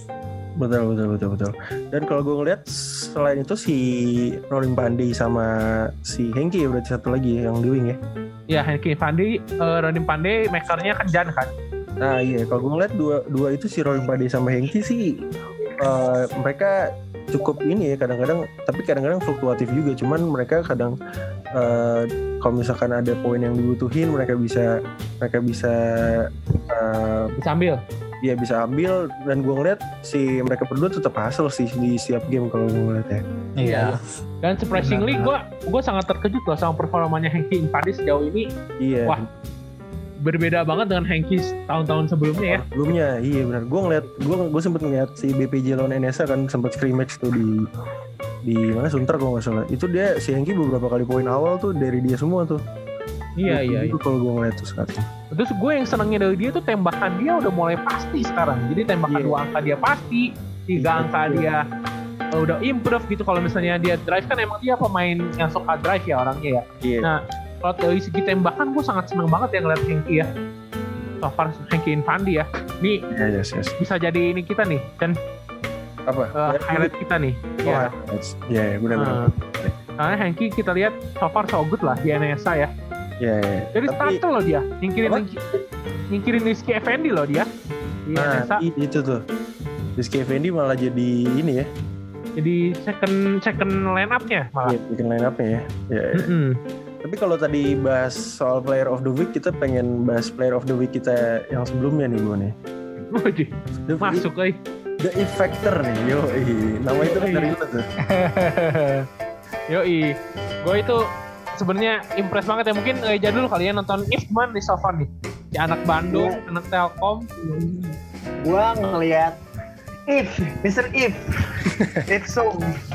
Betul betul betul betul. Dan kalau gue ngeliat selain itu si Rolling Pandey sama si Hengki ya berarti satu lagi yang di wing ya. Ya Hengki Pandey, uh, Rolling Pandey makernya kan Jan kan. Nah iya kalau gue ngeliat dua dua itu si Rolling Pandey sama Hengki sih uh, mereka cukup ini ya kadang-kadang, tapi kadang-kadang fluktuatif juga. Cuman mereka kadang uh, kalau misalkan ada poin yang dibutuhin mereka bisa mereka bisa uh, Bisa ambil. Dia bisa ambil, dan gue ngeliat si mereka berdua tetap hasil sih di setiap game kalau gue ngeliat ya. Iya. Dan surprisingly gue gue sangat terkejut loh sama performanya Hengki Infante sejauh ini. Iya. Wah, berbeda banget dengan Hengki tahun-tahun sebelumnya ya. Sebelumnya, iya benar. Gue ngeliat, gue gue sempet ngeliat si B P J lawan N S A kan sempet scrimmage tuh di di mana Sunter kalau nggak salah. Itu dia si Hengki beberapa kali poin awal tuh dari dia semua tuh. Iya iya. Itu iya. kalau gue ngeliat tuh sekarang. Terus gue yang senangnya dari dia tuh tembakan dia udah mulai pasti sekarang. Jadi tembakan Iya. dua angka dia pasti, tiga Iya, angka betul. dia uh, udah improve gitu. Kalau misalnya dia drive kan emang dia pemain yang suka drive ya orangnya ya. Iya. Nah kalau dari segi tembakan gue sangat senang banget ya ngeliat Hengki ya. So far Hengki Infante ya. Nih Iya, yes, yes. bisa jadi ini kita nih dan Apa? uh, highlight kita nih. Oh, Ya. iya, iya, benar-benar. Uh, karena Hengki kita lihat so far so good lah di N S A ya. Iya, iya. Jadi Tapi- starter loh dia, nyingkirin Apa? nyingkirin Rizky Effendi loh dia di Nah, N S A. i- itu tuh. Rizky Effendi malah jadi ini ya. Jadi second second line up-nya malah. Iya, bikin line up-nya ya. Iya, iya. Mm-mm. Tapi kalau tadi bahas soal player of the week, kita pengen bahas player of the week kita yang sebelumnya nih, Bo nih. Waduh, The, masuk lagi. The Effector nih, yo, nama itu kan dari mana tuh? Yoi, gue itu sebenarnya impress banget ya. Mungkin eh, jadul kalian nonton If Man nih so far nih. Si anak Bandung, Iya. anak Telkom. Gua ngelihat If, Mister If, If so,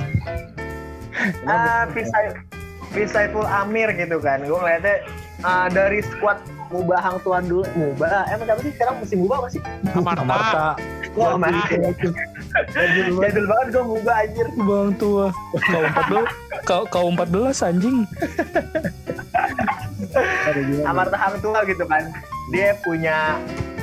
ah Visay, Visaiful Amir gitu kan. Gue ngeliatnya ah, dari squad Muba Hang Tuah dulu, Muba, emang apa sih sekarang musim Muba apa sih? Amarta. Amarta, Wah masih, jadul banget gue Muba anjir. Bang tua. Kau empat belas, kau kau empat belas anjing. Amarta Hang Tuah gitu kan. Dia punya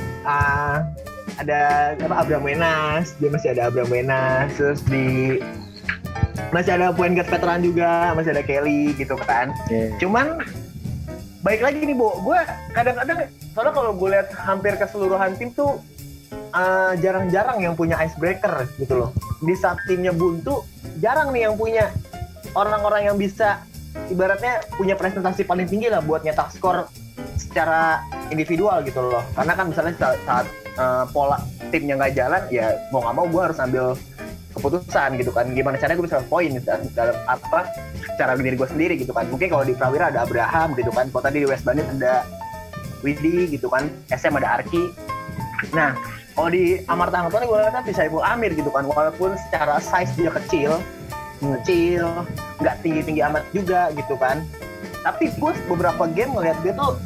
ah, ada apa Abraham Wenas, dia masih ada Abraham Wenas, terus di masih ada point guard veteran juga, masih ada Kelly gitu kan. Oke. Cuman baik lagi nih Bo, gue kadang-kadang soalnya kalau gue lihat hampir keseluruhan tim tuh uh, jarang-jarang yang punya icebreaker gitu loh. Di saat timnya buntu, jarang nih yang punya orang-orang yang bisa ibaratnya punya presentasi paling tinggi lah buat nyetak skor secara individual gitu loh. Karena kan misalnya saat, saat uh, pola timnya nggak jalan, ya mau nggak mau gue harus ambil keputusan gitu kan, gimana caranya gue bisa poin dalam, dalam apa cara diri gue sendiri gitu kan. Mungkin kalau di Prawira ada Abraham gitu kan, kalau tadi di West Bandit ada Widi gitu kan, S M ada Arki. Nah kalau di Amarta Hang Tuah gue lihat bisa Ibu Amir gitu kan, walaupun secara size dia kecil kecil nggak tinggi-tinggi amat juga gitu kan, tapi gue beberapa game ngeliat dia tuh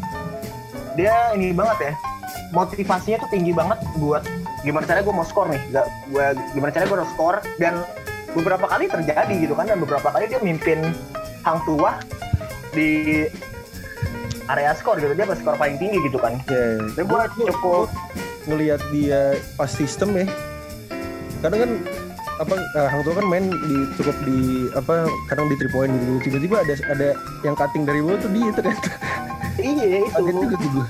dia ini banget ya, motivasinya tuh tinggi banget buat gimana caranya gue mau skor nih, gak, gue gimana caranya gue harus skor, dan beberapa kali terjadi gitu kan, dan beberapa kali dia mimpin Hang Tuah di area skor gitu, dia pas skor paling tinggi gitu kan. Ya, Jadi gue cukup ngelihat dia pas sistem ya. Kadang kan apa uh, Hang Tuah kan main di cukup di apa kadang di three point gitu. Tiba-tiba ada ada yang cutting dari bawah tuh dia ternyata. iya itu. Kaget juga tuh gue.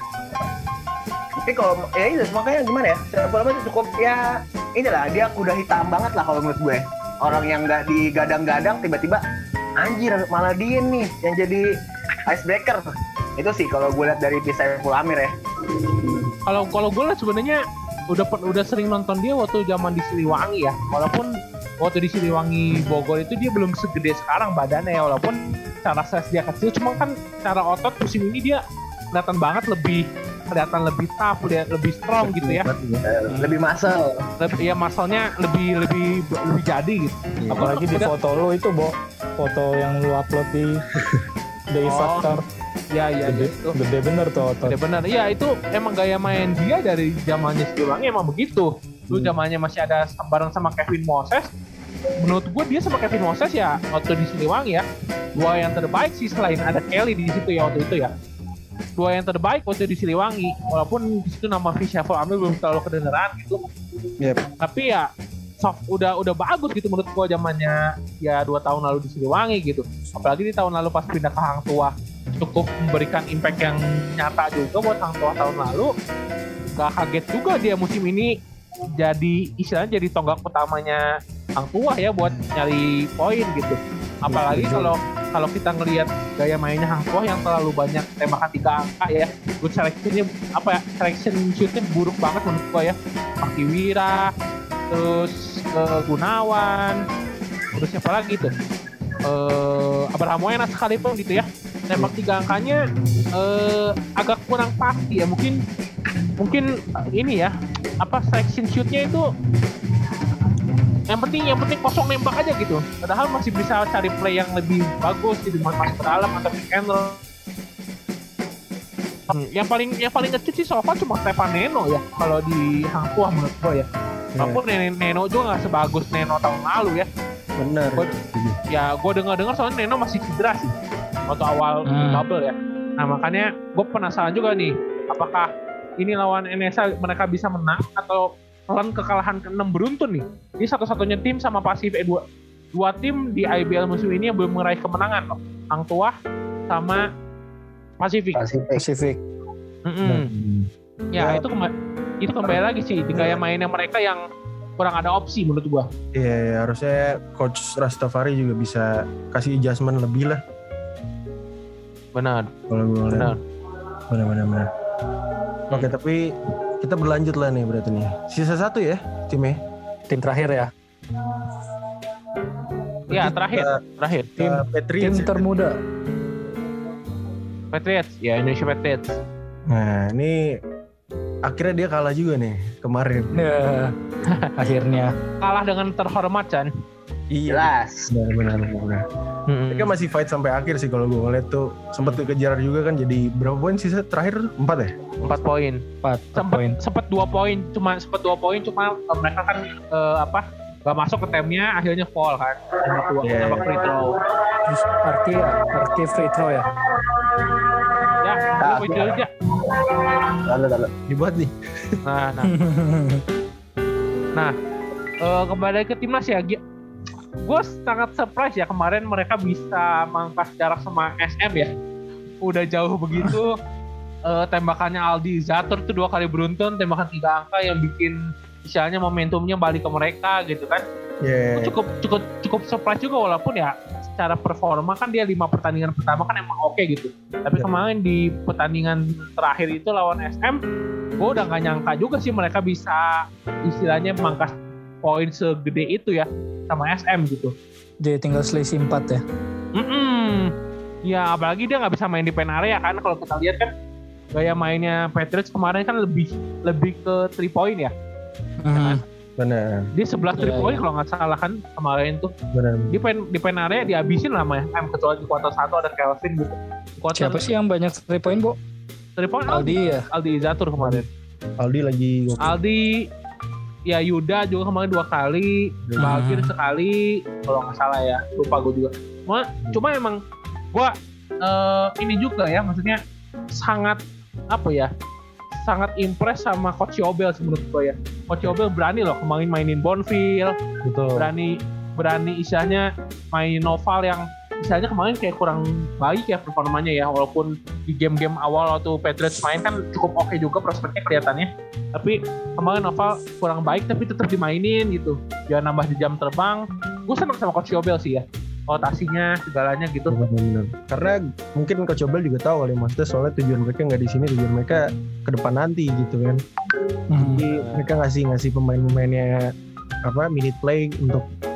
Tapi kalau ya itu makanya gimana ya? Sepak bola itu cukup ya inilah dia kuda hitam banget lah kalau menurut gue. Orang yang nggak digadang-gadang tiba-tiba anjir malah dia nih yang jadi icebreaker. Itu sih kalau gue lihat dari Visaiful Amir ya. Kalau kalau gue lah sebenarnya udah udah sering nonton dia waktu zaman di Siliwangi ya. Walaupun waktu di Siliwangi Bogor itu dia belum segede sekarang badannya ya, walaupun cara size dia kecil, cuma kan cara otot musim ini dia kelihatan banget lebih kelihatan lebih tough, lebih strong gitu ya. Lebih muscle. Lebih ya muscle-nya lebih lebih lebih jadi gitu. Ya, apalagi di foto lu itu, Bo. Foto yang lu upload di The Oh. Factor. Ya ya Gede, gitu. gede bener tuh otot. Gede bener. Iya itu emang gaya main dia dari zamannya Siliwangi emang begitu. Dulu zamannya masih ada bareng sama Kevin Moses. Menurut gue dia sama Kevin Moses ya waktu di Siliwangi ya dua yang terbaik sih selain ada Kelly di situ ya waktu itu ya. Dua yang terbaik waktu di Siliwangi. Walaupun di situ nama Fish Shuffle Amil belum terlalu kedengeran gitu. Yep. Tapi ya soft udah udah bagus gitu menurut gue zamannya ya dua tahun lalu di Siliwangi gitu. Apalagi di tahun lalu pas pindah ke Hang Tuah cukup memberikan impact yang nyata juga buat Hang Tuah tahun lalu. Gak kaget juga dia musim ini jadi istilahnya jadi tonggak utamanya Hang Tuah ya buat nyari poin gitu. Apalagi kalau kalau kita ngelihat gaya mainnya Hang Tuah yang terlalu banyak tembakan tiga angka ya. Good selectionnya apa ya? Selection shootnya buruk banget menurut gue ya. Paktiwira, terus uh, Gunawan, terus siapa lagi tuh? Uh, Abraham Wena sekalipun gitu ya. Tembak tiga angkanya uh, agak kurang pasti ya. Mungkin mungkin uh, ini ya apa selection shootnya itu yang penting yang penting kosong nembak aja gitu. Padahal masih bisa cari play yang lebih bagus gitu masuk ke dalam atau pick and roll. Hmm, yang paling yang paling ngecut sih so far cuma Stefan Neno ya kalau di Hang Tuah menurut gue ya. Walaupun yeah. Neno juga nggak sebagus Neno tahun lalu ya. Benar. Gua, ya gue dengar-dengar soalnya Neno masih cedera sih waktu awal hmm. bubble ya. Nah makanya gue penasaran juga nih apakah ini lawan N S A mereka bisa menang atau pelan kekalahan keenam beruntun nih. Ini satu-satunya tim sama Pasifik eh, dua, dua tim di I B L musim ini yang belum meraih kemenangan loh. Hang Tuah sama Pasifik. Pasifik. Pasifik. Mm-hmm. Ya, ya itu kembali itu kembali lagi sih di gaya mainnya mereka yang kurang ada opsi menurut gua. Iya, ya, harusnya coach Rastafari juga bisa kasih adjustment lebih lah. Benar. Kalau gua lihat. Benar. Benar benar benar. Hmm. Oke, tapi kita berlanjut lah nih berarti nih. Sisa satu ya timnya. Tim terakhir ya. Ya, terakhir, uh, terakhir. Tim uh, Patriots. Tim termuda. Patriots, ya Indonesia Patriots. Nah, ini akhirnya dia kalah juga nih kemarin. Ya, akhirnya kalah dengan terhormat Chan. Iya. Jelas. Benar benar benar. Hmm. Mereka masih fight sampai akhir sih kalau gue ngeliat tuh. Sempat dikejar juga kan jadi berapa poin sisa terakhir? Empat ya? Empat poin. empat poin. Sempat dua poin, cuma sempat dua poin cuma uh, mereka kan uh, apa? Gak masuk ke timnya akhirnya fall kan. Nembak dua, yeah. nembak free throw. Terus Arki, Arki free throw ya. Ya, nah, free throw aja. Lalu lalu. Dibuat nih. Nah, nah. nah, uh, kembali ke timnas ya. Gue sangat surprise ya kemarin mereka bisa mangkas jarak sama S M ya. Udah jauh begitu. uh, tembakannya Aldi Zatur tuh dua kali beruntun, tembakan tiga angka yang bikin misalnya momentumnya balik ke mereka gitu kan. Yeah. Cukup cukup cukup surprise juga walaupun ya secara performa kan dia lima pertandingan pertama kan emang oke okay gitu. Tapi yeah. kemarin di pertandingan terakhir itu lawan S M, gue udah gak nyangka juga sih mereka bisa istilahnya mangkas poin segede itu ya sama S M gitu. Jadi tinggal selisih empat ya. Mm-mm. Ya apalagi dia nggak bisa main di pen area kan kalau kita lihat kan gaya mainnya Patriots kemarin kan lebih lebih ke three point ya. Mm-hmm. Benar. Dia sebelas three yeah, point yeah. kalau nggak salah kan kemarin tuh. Benar. Di pen di pen area dihabisin lah sama S M kecuali di kuarter satu ada Kelvin gitu. Quarter Siapa sih yang banyak three point, Bo? three point Aldi, Aldi ya. Aldi Zatur kemarin. Aldi lagi gokil. Aldi ya Yuda juga kemarin dua kali, Hmm. Balkir sekali kalau nggak salah ya, lupa gue juga. Cuma, cuma emang gue uh, ini juga ya, maksudnya sangat apa ya, sangat impress sama Coach Yobel menurut gue ya. Coach Yobel berani loh kemarin mainin Bonfil, Betul. berani berani istilahnya main Noval yang istilahnya kemarin kayak kurang baik ya performanya ya, walaupun di game-game awal waktu Patriots main kan cukup oke juga prospeknya kelihatannya, tapi kemarin Noval kurang baik tapi tetap dimainin gitu, dia nambah di jam terbang. Gue seneng sama Coach Yobel sih ya, rotasinya segalanya gitu. Benar-benar. Karena mungkin Coach Yobel juga tahu kali maksudnya soalnya tujuan mereka nggak di sini, tujuan mereka ke depan nanti gitu kan. Hmm. Jadi mereka ngasih ngasih pemain-pemainnya apa minute play untuk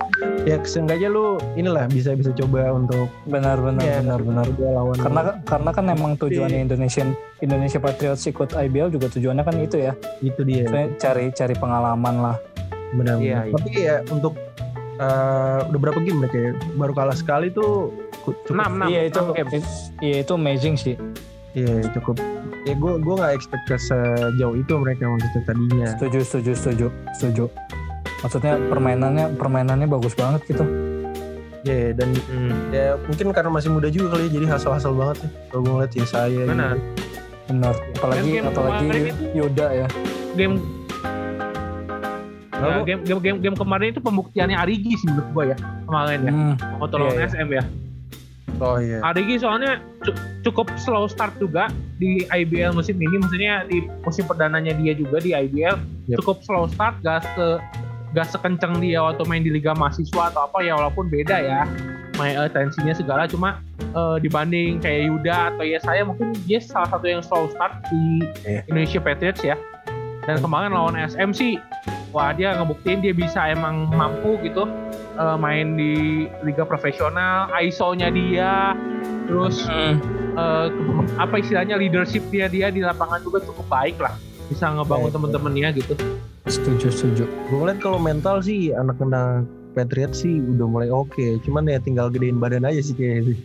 Ya seenggaknya lu inilah bisa bisa coba untuk Benar-benar ya, benar-benar. lawan. Karena karena kan emang tujuannya Indonesian Indonesia Patriots ikut I B L juga tujuannya kan itu ya. itu dia. Maksudnya cari cari pengalaman lah. Benar-benar. Iya, iya. Tapi ya untuk uh, udah berapa game mereka ya? Baru kalah sekali tuh cukup. enam enam Iya itu game. it- iya itu amazing sih. Iya cukup. Ya gue gue nggak expect ke sejauh itu mereka maksudnya tadinya. Setuju setuju setuju setuju. Maksudnya permainannya permainannya bagus banget gitu. Ya dan Hmm. ya mungkin karena masih muda juga kali ya, jadi hasil-hasil banget sih. Kalau gue ngeliat ya saya. Benar. gitu. Benar. Apalagi Game-game apalagi kemarin itu- Yuda ya. Game Kenapa? ya, game, game game game kemarin itu pembuktiannya Arigi sih menurut gua ya kemarin ya. Hmm. Motor lawan Iya, iya. S M ya. Oh iya. Arigi soalnya cu- cukup slow start juga di I B L musim ini, maksudnya di musim perdananya dia juga di I B L Yep. cukup slow start, gak se gak sekenceng dia waktu main di Liga Mahasiswa atau apa ya, walaupun beda ya main uh, tensinya segala, cuma uh, dibanding kayak Yuda atau ya saya mungkin dia salah satu yang slow start di Iya. Indonesia Patriots ya. Dan kemarin lawan S M sih, wah dia ngebuktiin dia bisa emang mampu gitu uh, main di liga profesional, I S O-nya dia, terus Hmm. uh, ke- apa istilahnya leadership dia dia di lapangan juga cukup baik lah, bisa ngebangun Baik, temen-temennya gitu. Setuju setuju. Gue ngeliat kalau mental sih anak-anak Patriots sih udah mulai oke. Cuman ya tinggal gedein badan aja sih kayaknya.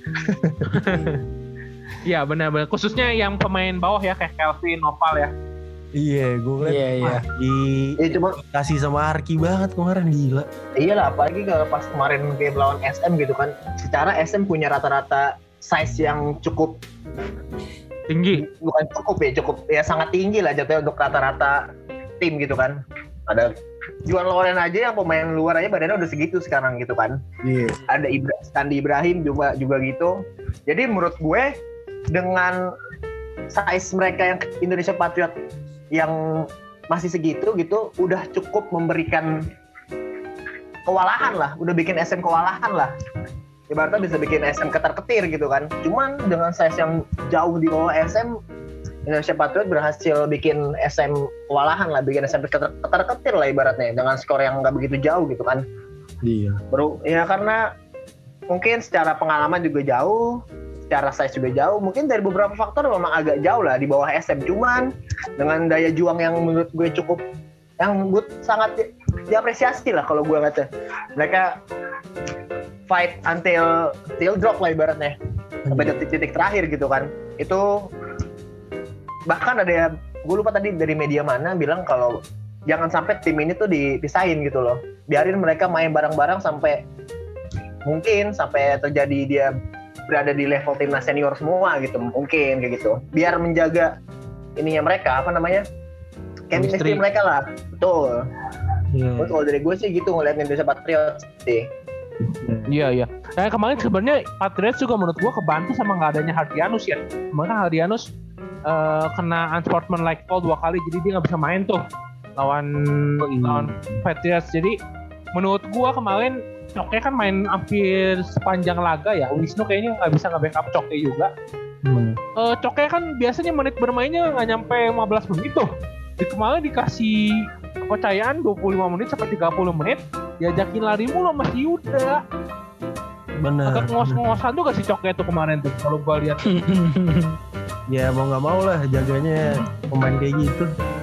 Iya benar-benar, khususnya yang pemain bawah ya kayak Kelvin, Noval ya. Iya, gue ngeliat Iya iya. wah, di Ya cuma kasih sama Arki banget kemarin, gila. iyalah, apalagi kalau pas kemarin game lawan S M gitu kan. Secara S M punya rata-rata size yang cukup, Tinggi. bukan cukup ya, cukup ya sangat tinggi lah jatuhnya untuk rata-rata tim gitu kan. Ada Juan Loren aja yang pemain luar aja badannya udah segitu sekarang gitu kan. Iya. Ada Ibra, Standi Ibrahim juga juga gitu. Jadi menurut gue dengan size mereka yang Indonesia Patriot yang masih segitu gitu udah cukup memberikan kewalahan lah, udah bikin S M kewalahan lah. Ibaratnya bisa bikin S M ketar-ketir gitu kan. Cuman dengan size yang jauh di bawah S M, Indonesia Patriot berhasil bikin S M kewalahan lah, bikin S M ketar-ketir lah ibaratnya dengan skor yang nggak begitu jauh gitu kan. Iya. Bro, ya karena mungkin secara pengalaman juga jauh, secara size juga jauh, mungkin dari beberapa faktor memang agak jauh lah di bawah S M, cuman dengan daya juang yang menurut gue cukup, yang menurut sangat di- diapresiasi lah kalau gue ngeliatnya. Mereka fight until till drop lah ibaratnya, sampai detik-detik terakhir gitu kan. Itu bahkan ada ya, gue lupa tadi dari media mana bilang kalau jangan sampai tim ini tuh dipisahin gitu loh, biarin mereka main bareng-bareng sampai mungkin sampai terjadi dia berada di level timnas senior semua gitu, mungkin kayak gitu, biar menjaga ininya mereka, apa namanya, chemistry Chemistry. mereka lah. Betul. Iya. Terus kalau dari gue sih gitu ngeliat Indonesia Patriots sih. Iya iya. Nah kemarin sebenarnya Patriots juga menurut gua kebantu sama nggak adanya Hardianus ya. Kemarin kan Hardianus uh, kena unsportsmanlike foul dua kali, jadi dia nggak bisa main tuh lawan Oh, iya. lawan Patriots. Jadi menurut gua kemarin Coke kan main hampir sepanjang laga ya. Wisnu kayaknya nggak bisa nge-backup Coke juga. Hmm. Uh, Coke kan biasanya menit bermainnya nggak nyampe lima belas menit tuh. Di kemarin dikasih kepercayaan dua puluh lima menit sampai tiga puluh menit, diajakin lari mulu sama si Yuda. Benar. Agak ngos-ngosan juga si Coke tuh kemarin tuh kalau gua lihat. Ya mau nggak mau lah jaganya pemain kayak gitu.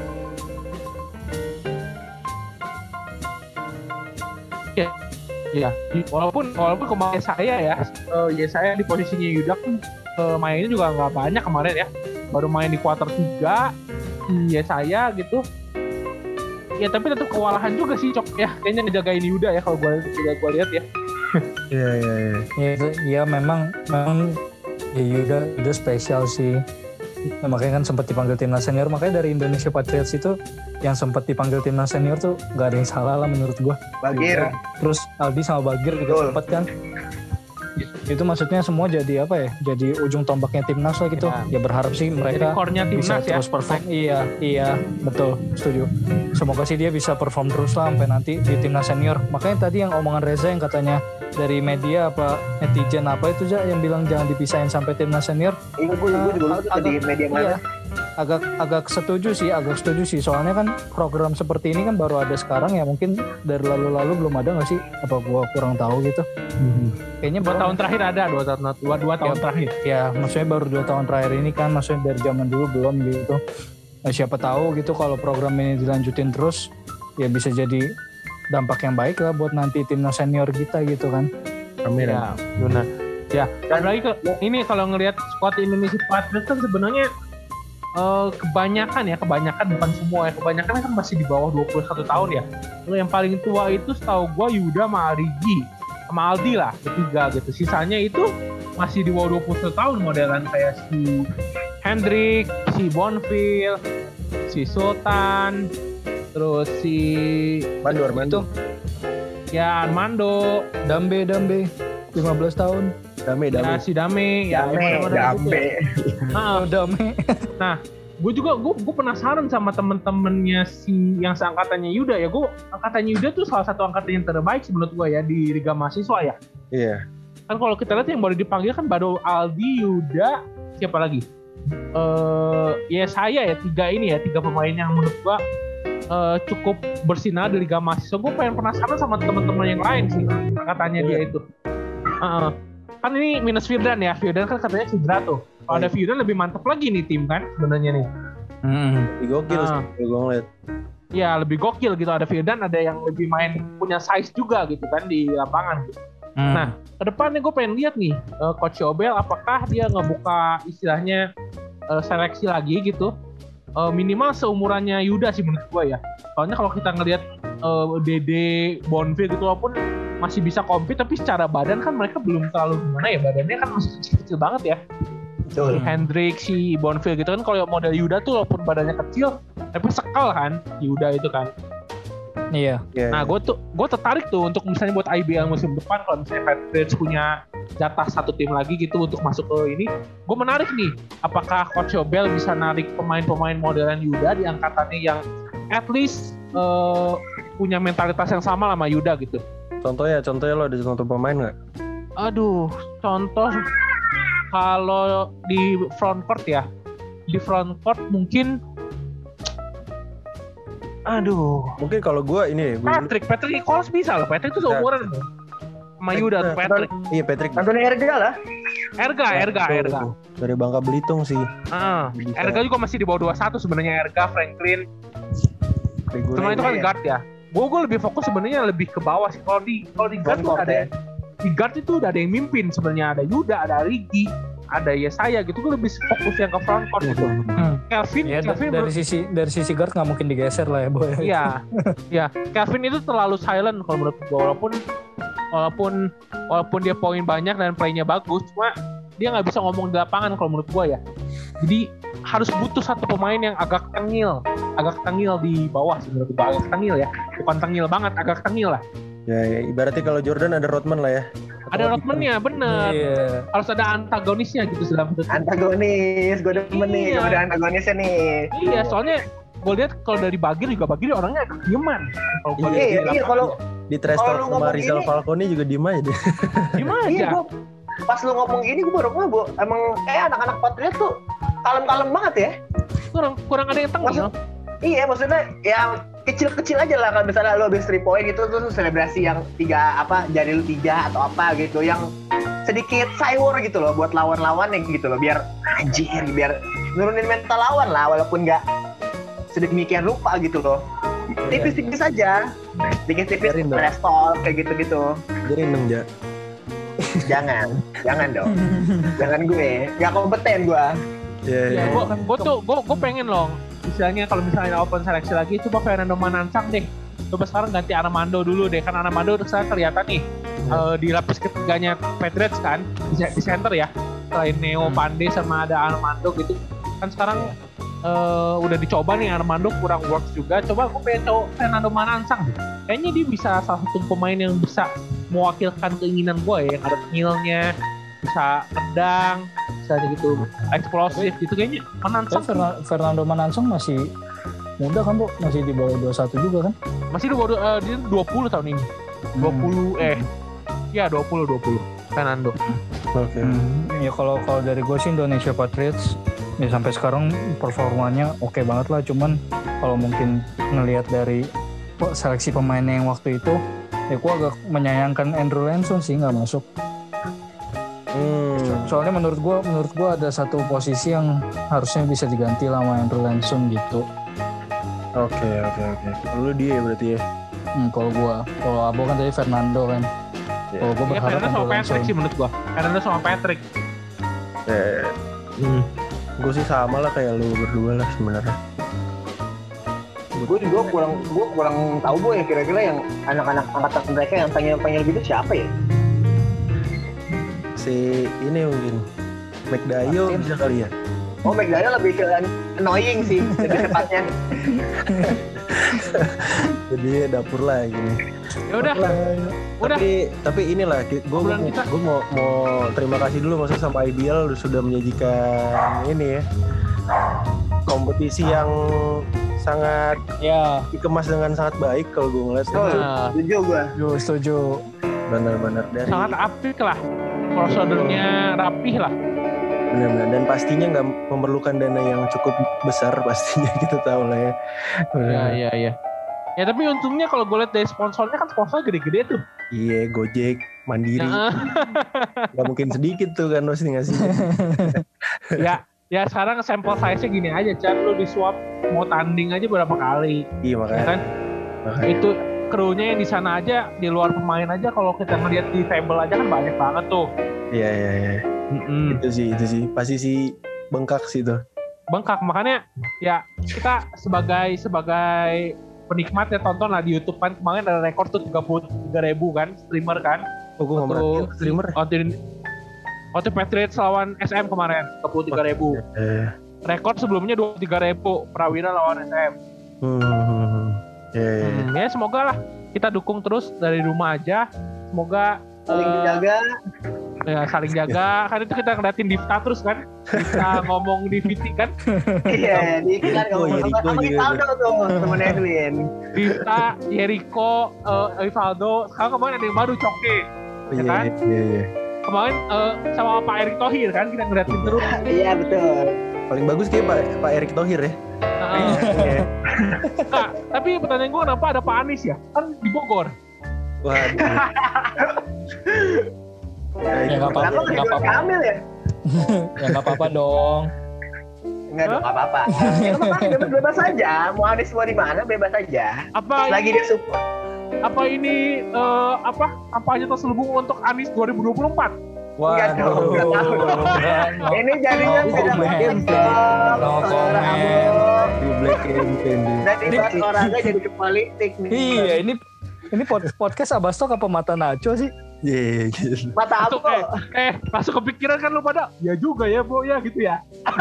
Iya, walaupun walaupun kemarin saya ya, uh, ya saya di posisinya Yuda kan uh, mainnya juga nggak banyak kemarin ya, baru main di kuarter tiga, ya saya gitu. Ya tapi tetap kewalahan juga sih Cok ya, kayaknya ngejagain Yuda ya kalau gua gua lihat ya. Iya iya iya. Ya, itu, ya memang memang ya Yuda Yuda spesial sih. Ya, makanya kan sempat dipanggil timnas senior, makanya dari Indonesia Patriots itu yang sempat dipanggil timnas senior tuh gak ada yang salah lah menurut gua. Bagir. Terus Aldi sama Bagir juga Betul. sempat kan. Itu maksudnya semua jadi apa ya? Jadi ujung tombaknya timnas lah gitu. Ya. Ya, berharap sih Jadi mereka core-nya bisa timnas ya. terus perform. Iya, iya, betul, setuju. Semoga sih dia bisa perform terus lah sampai nanti di timnas senior. Makanya tadi yang omongan Reza yang katanya dari media apa netizen apa itu aja yang bilang jangan dipisahin sampai timnas senior. Iya, gue gue juga lupa Agak- di media mana. Iya. agak agak setuju sih, agak setuju sih. Soalnya kan program seperti ini kan baru ada sekarang ya. Mungkin dari lalu-lalu belum ada nggak sih? Apa gua kurang tahu gitu. Hmm. Kayaknya dua tahun terakhir ada, dua tahun dua, dua tahun ya, terakhir. Ya, maksudnya baru dua tahun terakhir ini kan, maksudnya dari zaman dulu belum gitu. Nah, siapa tahu gitu kalau program ini dilanjutin terus, ya bisa jadi dampak yang baik lah buat nanti timnas senior kita gitu kan. Amin. Ya, benar. Ya, dan lagi ke ini kalau ngelihat squad Indonesia Patriots kan sebenarnya uh, kebanyakan ya, kebanyakan bukan semua ya, kebanyakan kan masih di bawah dua puluh satu tahun ya. Yang paling tua itu setahu gua Yuda sama Arigi, sama Aldi lah, ketiga gitu. Sisanya itu masih di bawah dua puluh satu tahun modelan kayak si Hendrik, si Bonfil, si Sultan, terus si Armando Armando. Ya Armando, Dambe Dambe lima belas tahun. Dame, ya, Dame. si Dame, ya Dame, Dame. Gitu ya. Nah, Dame. Nah, gue juga gue gue penasaran sama temen-temennya si yang seangkatannya Yuda ya. Gue angkatannya Yuda tuh salah satu angkatan yang terbaik sih menurut gue ya di Liga Mahasiswa ya. Iya. Kan kalau kita lihat yang baru dipanggil kan baru Aldi, Yuda, siapa lagi? Eh, uh, ya saya ya tiga ini ya tiga pemain yang menurut gue uh, cukup bersinar di Liga Mahasiswa. Gue pengen penasaran sama teman-teman yang lain sih angkatannya dia itu. Uh, kan ini minus Firdan ya, Firdan kan katanya cedera tuh. Kalau ada Firdan lebih mantap lagi nih tim kan sebenarnya nih. Hmm. Lebih gokil uh, sih gue ngeliat. Ya lebih gokil gitu, ada Firdan, ada yang lebih main punya size juga gitu kan di lapangan. Gitu. Hmm. Nah kedepannya gue pengen lihat nih uh, Coach Yobel apakah dia ngebuka istilahnya uh, seleksi lagi gitu. Uh, minimal seumurannya Yuda sih menurut gue ya. Soalnya kalau kita ngelihat uh, Dede, Bonfil gitu walaupun masih bisa compete tapi secara badan kan mereka belum terlalu gimana ya, badannya kan masih kecil-kecil banget ya. Betul. Si Hendrik, si Bonfil gitu kan, kalau model Yuda tuh walaupun badannya kecil tapi sekal kan Yuda itu kan. Iya. Yeah. Nah gue tuh gue tertarik tuh untuk misalnya buat I B L musim depan kalau misalnya Patriots punya jatah satu tim lagi gitu untuk masuk ke ini, gue menarik nih apakah Coach Yobel bisa narik pemain-pemain modelan Yuda di angkatannya yang at least uh, punya mentalitas yang sama sama Yuda gitu. Contohnya, contohnya lo ada contoh pemain nggak? Aduh, contoh kalau di front court ya, di front court mungkin, aduh, mungkin kalau gue ini, gue Patrick, Patrick Nicholas bisa loh, Patrick itu seumuran ya. Sama Yuda tuh Patrick. Iya Patrick. Antoni Erga lah. Erga, Erga, Erga. Dari Bangka Belitung sih. Uh, Erga juga masih di bawah dua puluh satu sebenarnya, Erga, Franklin. Cuma itu kan guard ya. Gue gue lebih fokus sebenarnya lebih ke bawah sih. Kalau di kalau di guard tuh ada ya. Di guard itu udah ada yang mimpin sebenarnya, ada Yuda, ada Rigi, ada Yesaya gitu. Gue lebih fokus yang ke front court gitu. Hmm. Kelvin, ya, Kelvin dari ber- sisi dari sisi guard nggak mungkin digeser lah ya boy. Iya, ya. Kelvin itu terlalu silent kalau menurut gue, walaupun walaupun walaupun dia poin banyak dan playnya bagus, cuma dia nggak bisa ngomong di lapangan kalau menurut gue ya. Jadi harus butuh satu pemain yang agak tengil, agak tengil di bawah sih menurut gue, agak tengil ya, bukan tengil banget, agak tengil lah. Ya, ya ibaratnya kalau Jordan ada Rodman lah ya. Ada Rodman-nya, bener. Yeah. Harus ada antagonisnya gitu dalam bentuk. Antagonis, gue demen nih, Iya. gue ada antagonisnya nih. Iya, soalnya gue lihat kalau dari Bagir juga Bagir orangnya agak dieman. Kalau gua Iya, lihat di iya, lapangan. kalau Di trash Kalau talk lu sama ngomong Rizal ini- Falcone juga diem aja deh. Diem Iya, aja. gua, pas lu ngomong gini gue baru ngeh, Bu. Emang eh anak-anak Patriot tuh kalem-kalem banget ya. Kurang kurang ada yang tengil. Maksud- Iya, maksudnya ya kecil-kecil aja lah kalau misalnya lu habis three point gitu tuh selebrasi yang tiga apa jari lu tiga atau apa gitu yang sedikit cyber gitu loh buat lawan-lawannya gitu loh biar anjir biar nurunin mental lawan lah walaupun nggak sedemikian rupa gitu loh. Tipis-tipis aja. Tipis-tipis Biarin dong. trash talk kayak gitu-gitu. Jadi eneng ja. Jangan, jangan dong. Jangan gue, nggak kompeten gue. Iya, Ya, iya. gue gue tuh gue gue pengen loh. Istilahnya kalau misalnya open seleksi lagi, coba Fernando Manansang deh. Coba sekarang ganti Armando dulu deh, kan Armando sekarang kelihatan nih eh, di lapis ketiganya Patriots kan, di, di center ya. Selain Neo, Pandey sama ada Armando gitu. Kan sekarang eh, udah dicoba nih Armando kurang works juga. Coba aku pengen coba Fernando Manansang deh. Kayaknya dia bisa salah satu pemain yang bisa mewakilkan keinginan gue ya, yang ada ngilnya, bisa pedang, bisa gitu, eksplosif gitu kayaknya. Manansang Tapi Ferna- Fernando Manansang masih muda kan, Bu? Masih di bawah dua puluh satu juga kan? masih di bawah uh, dia dua puluh tahun ini. dua puluh eh ya dua puluh dua puluh Fernando. Oke. Hmm. Ya kalau kalau dari gue sih Indonesia Patriots ya sampai sekarang performanya oke banget lah. Cuman kalau mungkin ngelihat dari seleksi pemainnya yang waktu itu, ya gue agak menyayangkan Andrew Lansun sih nggak masuk. Hmm. Soalnya menurut gue, menurut gue ada satu posisi yang harusnya bisa diganti lah sama Andrew Lansun gitu. Oke oke oke. Lu dia berarti ya. Hmm, kalau gue, kalau Abo kan tadi Fernando kan. Ya. Kalau gue Ya berharap Fernando sama Andrew Patrick Lansun. sih menurut gua. Fernando sama Patrick. Eh, hmm. Gue sih sama lah kayak lu berdua lah sebenarnya. Gue juga kurang, gue kurang tahu gue ya kira-kira yang anak-anak angkatan mereka yang panggil-panggil gitu siapa ya? Si ini mungkin McDayo Martin. bisa kali ya. Oh, McDaniel lebih ke annoying sih, lebih tepatnya. Jadi dapur lah gini. Ya udah, udah. Tapi tapi inilah gue Obrolan gue kita. gue mau mau terima kasih dulu maksudnya sama I B L sudah menyajikan ini ya kompetisi yang sangat Ya, dikemas dengan sangat baik kalau gue ngeliat. Oh, Nah, setuju gue. yo setuju. Benar-benar dari sangat apik lah. Prosedurnya rapih lah. benar-benar dan pastinya nggak memerlukan dana yang cukup besar pastinya kita tahu lah ya. Iya, iya, iya. Ya tapi untungnya kalau gue lihat dari sponsornya kan sponsor gede-gede tuh. Iya, Gojek, Mandiri, Nah, nggak mungkin sedikit tuh kan pasti ngasih. ya, ya sekarang sampel size-nya gini aja, Chan. Lu di swap mau tanding aja berapa kali, Iya ya makanya. kan? makanya. Itu krunya yang di sana aja, di luar pemain aja. Kalau kita ngeliat di table aja kan banyak banget tuh. Iya iya iya. Mm-mm. Itu sih itu sih pasti sih bengkak sih tuh. Bengkak, makanya ya kita sebagai sebagai penikmat ya tonton lah di YouTube kan kemarin ada rekor tuh tiga puluh tiga ribu kan streamer kan. Oh gue nggak merhatiin streamer. Waktu waktu Patriots lawan S M kemarin tiga puluh tiga ribu. Eh. Rekor sebelumnya dua puluh tiga ribu Prawira lawan S M. Hmm. Ya, ya, ya. Hmm, ya semoga lah kita dukung terus dari rumah aja. Semoga Saling eh, dijaga. ya saling jaga. Kan itu kita ngeliatin Difta terus kan. Kita ngomong di V T kan. Iya, di iklan Oh, ngomong Jericho sama juga. Rivaldo tuh, temen Edwin. Difta, Jericho, uh, Rivaldo. Sekarang kemarin ada yang baru Coke. Iya kan? iya iya. Kemarin eh, sama Pak Erick Thohir kan kita ngeliatin terus. Iya, betul. Paling bagus kayak Pak Pak Erick Thohir ya. Heeh. Iya. Kak, tapi pertanyaan gue kenapa ada Pak Anies ya? Kan di Bogor. Waduh. Nah, Ya itu nggak apa-apa. Kenapa Ridwan apa-apa. Kamil ya? Ya nggak apa-apa dong. Enggak dong, nggak apa-apa. Ya, nggak apa-apa, bebas, bebas aja. Mau Anies mau di mana, bebas aja. Apa Lagi ini, dia support. apa ini eh, apa kampanye terselubung untuk Anies dua ribu dua puluh empat? Enggak dong, Waduh. enggak tahu. Ini jadinya No beda comment. banget No dong. Saudara comment. Abo. Di Black Campaign. Dan dibahas olahraga jadi ke politik nih. Iya, ini ini pod- podcast Abastok apa mata Nacho sih? Iya gitu. Mata Masuk, Abo. eh, eh masuk kepikiran kan lu pada? Ya juga ya Bu ya gitu ya.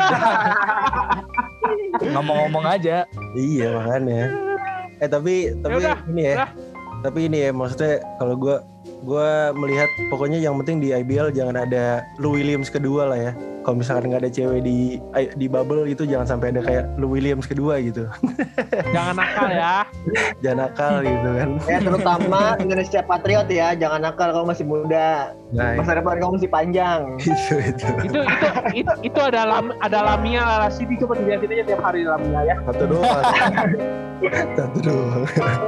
Ngomong-ngomong aja. Iya makanya. Eh tapi tapi Yaudah, ini ya. udah. Tapi ini ya maksudnya kalau gue gue melihat pokoknya yang penting di I B L jangan ada Lou Williams kedua lah ya. Kalau misalkan nggak ada cewek di di bubble itu jangan sampai ada kayak Lou Williams kedua gitu. Jangan nakal ya. Jangan nakal gitu kan. Ya terutama Indonesia Patriot ya, jangan nakal kalau masih muda. Nah Masa depan kamu masih panjang. itu itu. itu itu itu, itu ada lam, ada Lamia Larasidi, coba dilihatin aja tiap hari Lamia ya. Satu doang. Satu doang.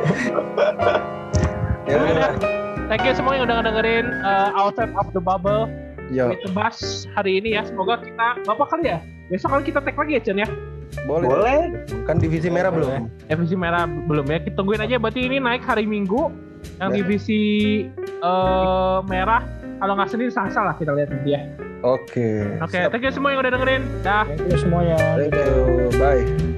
Ya udah. Thank you semua yang udah ngedengerin uh, Outside of the Bubble. Yo, Kita bahas hari ini ya. Semoga kita berapa kali ya? Besok kali kita tag lagi ya Chen ya. boleh. Boleh. Kan divisi merah belum? Divisi merah belum ya. Kita tungguin aja. Berarti ini naik hari Minggu. Yang Ya. divisi uh, merah. Kalau nggak Senin Selasa lah kita lihat nanti ya. Oke. Oke, thank you semua yang udah dengerin. Dah. Thank you semuanya. Thank you. Bye.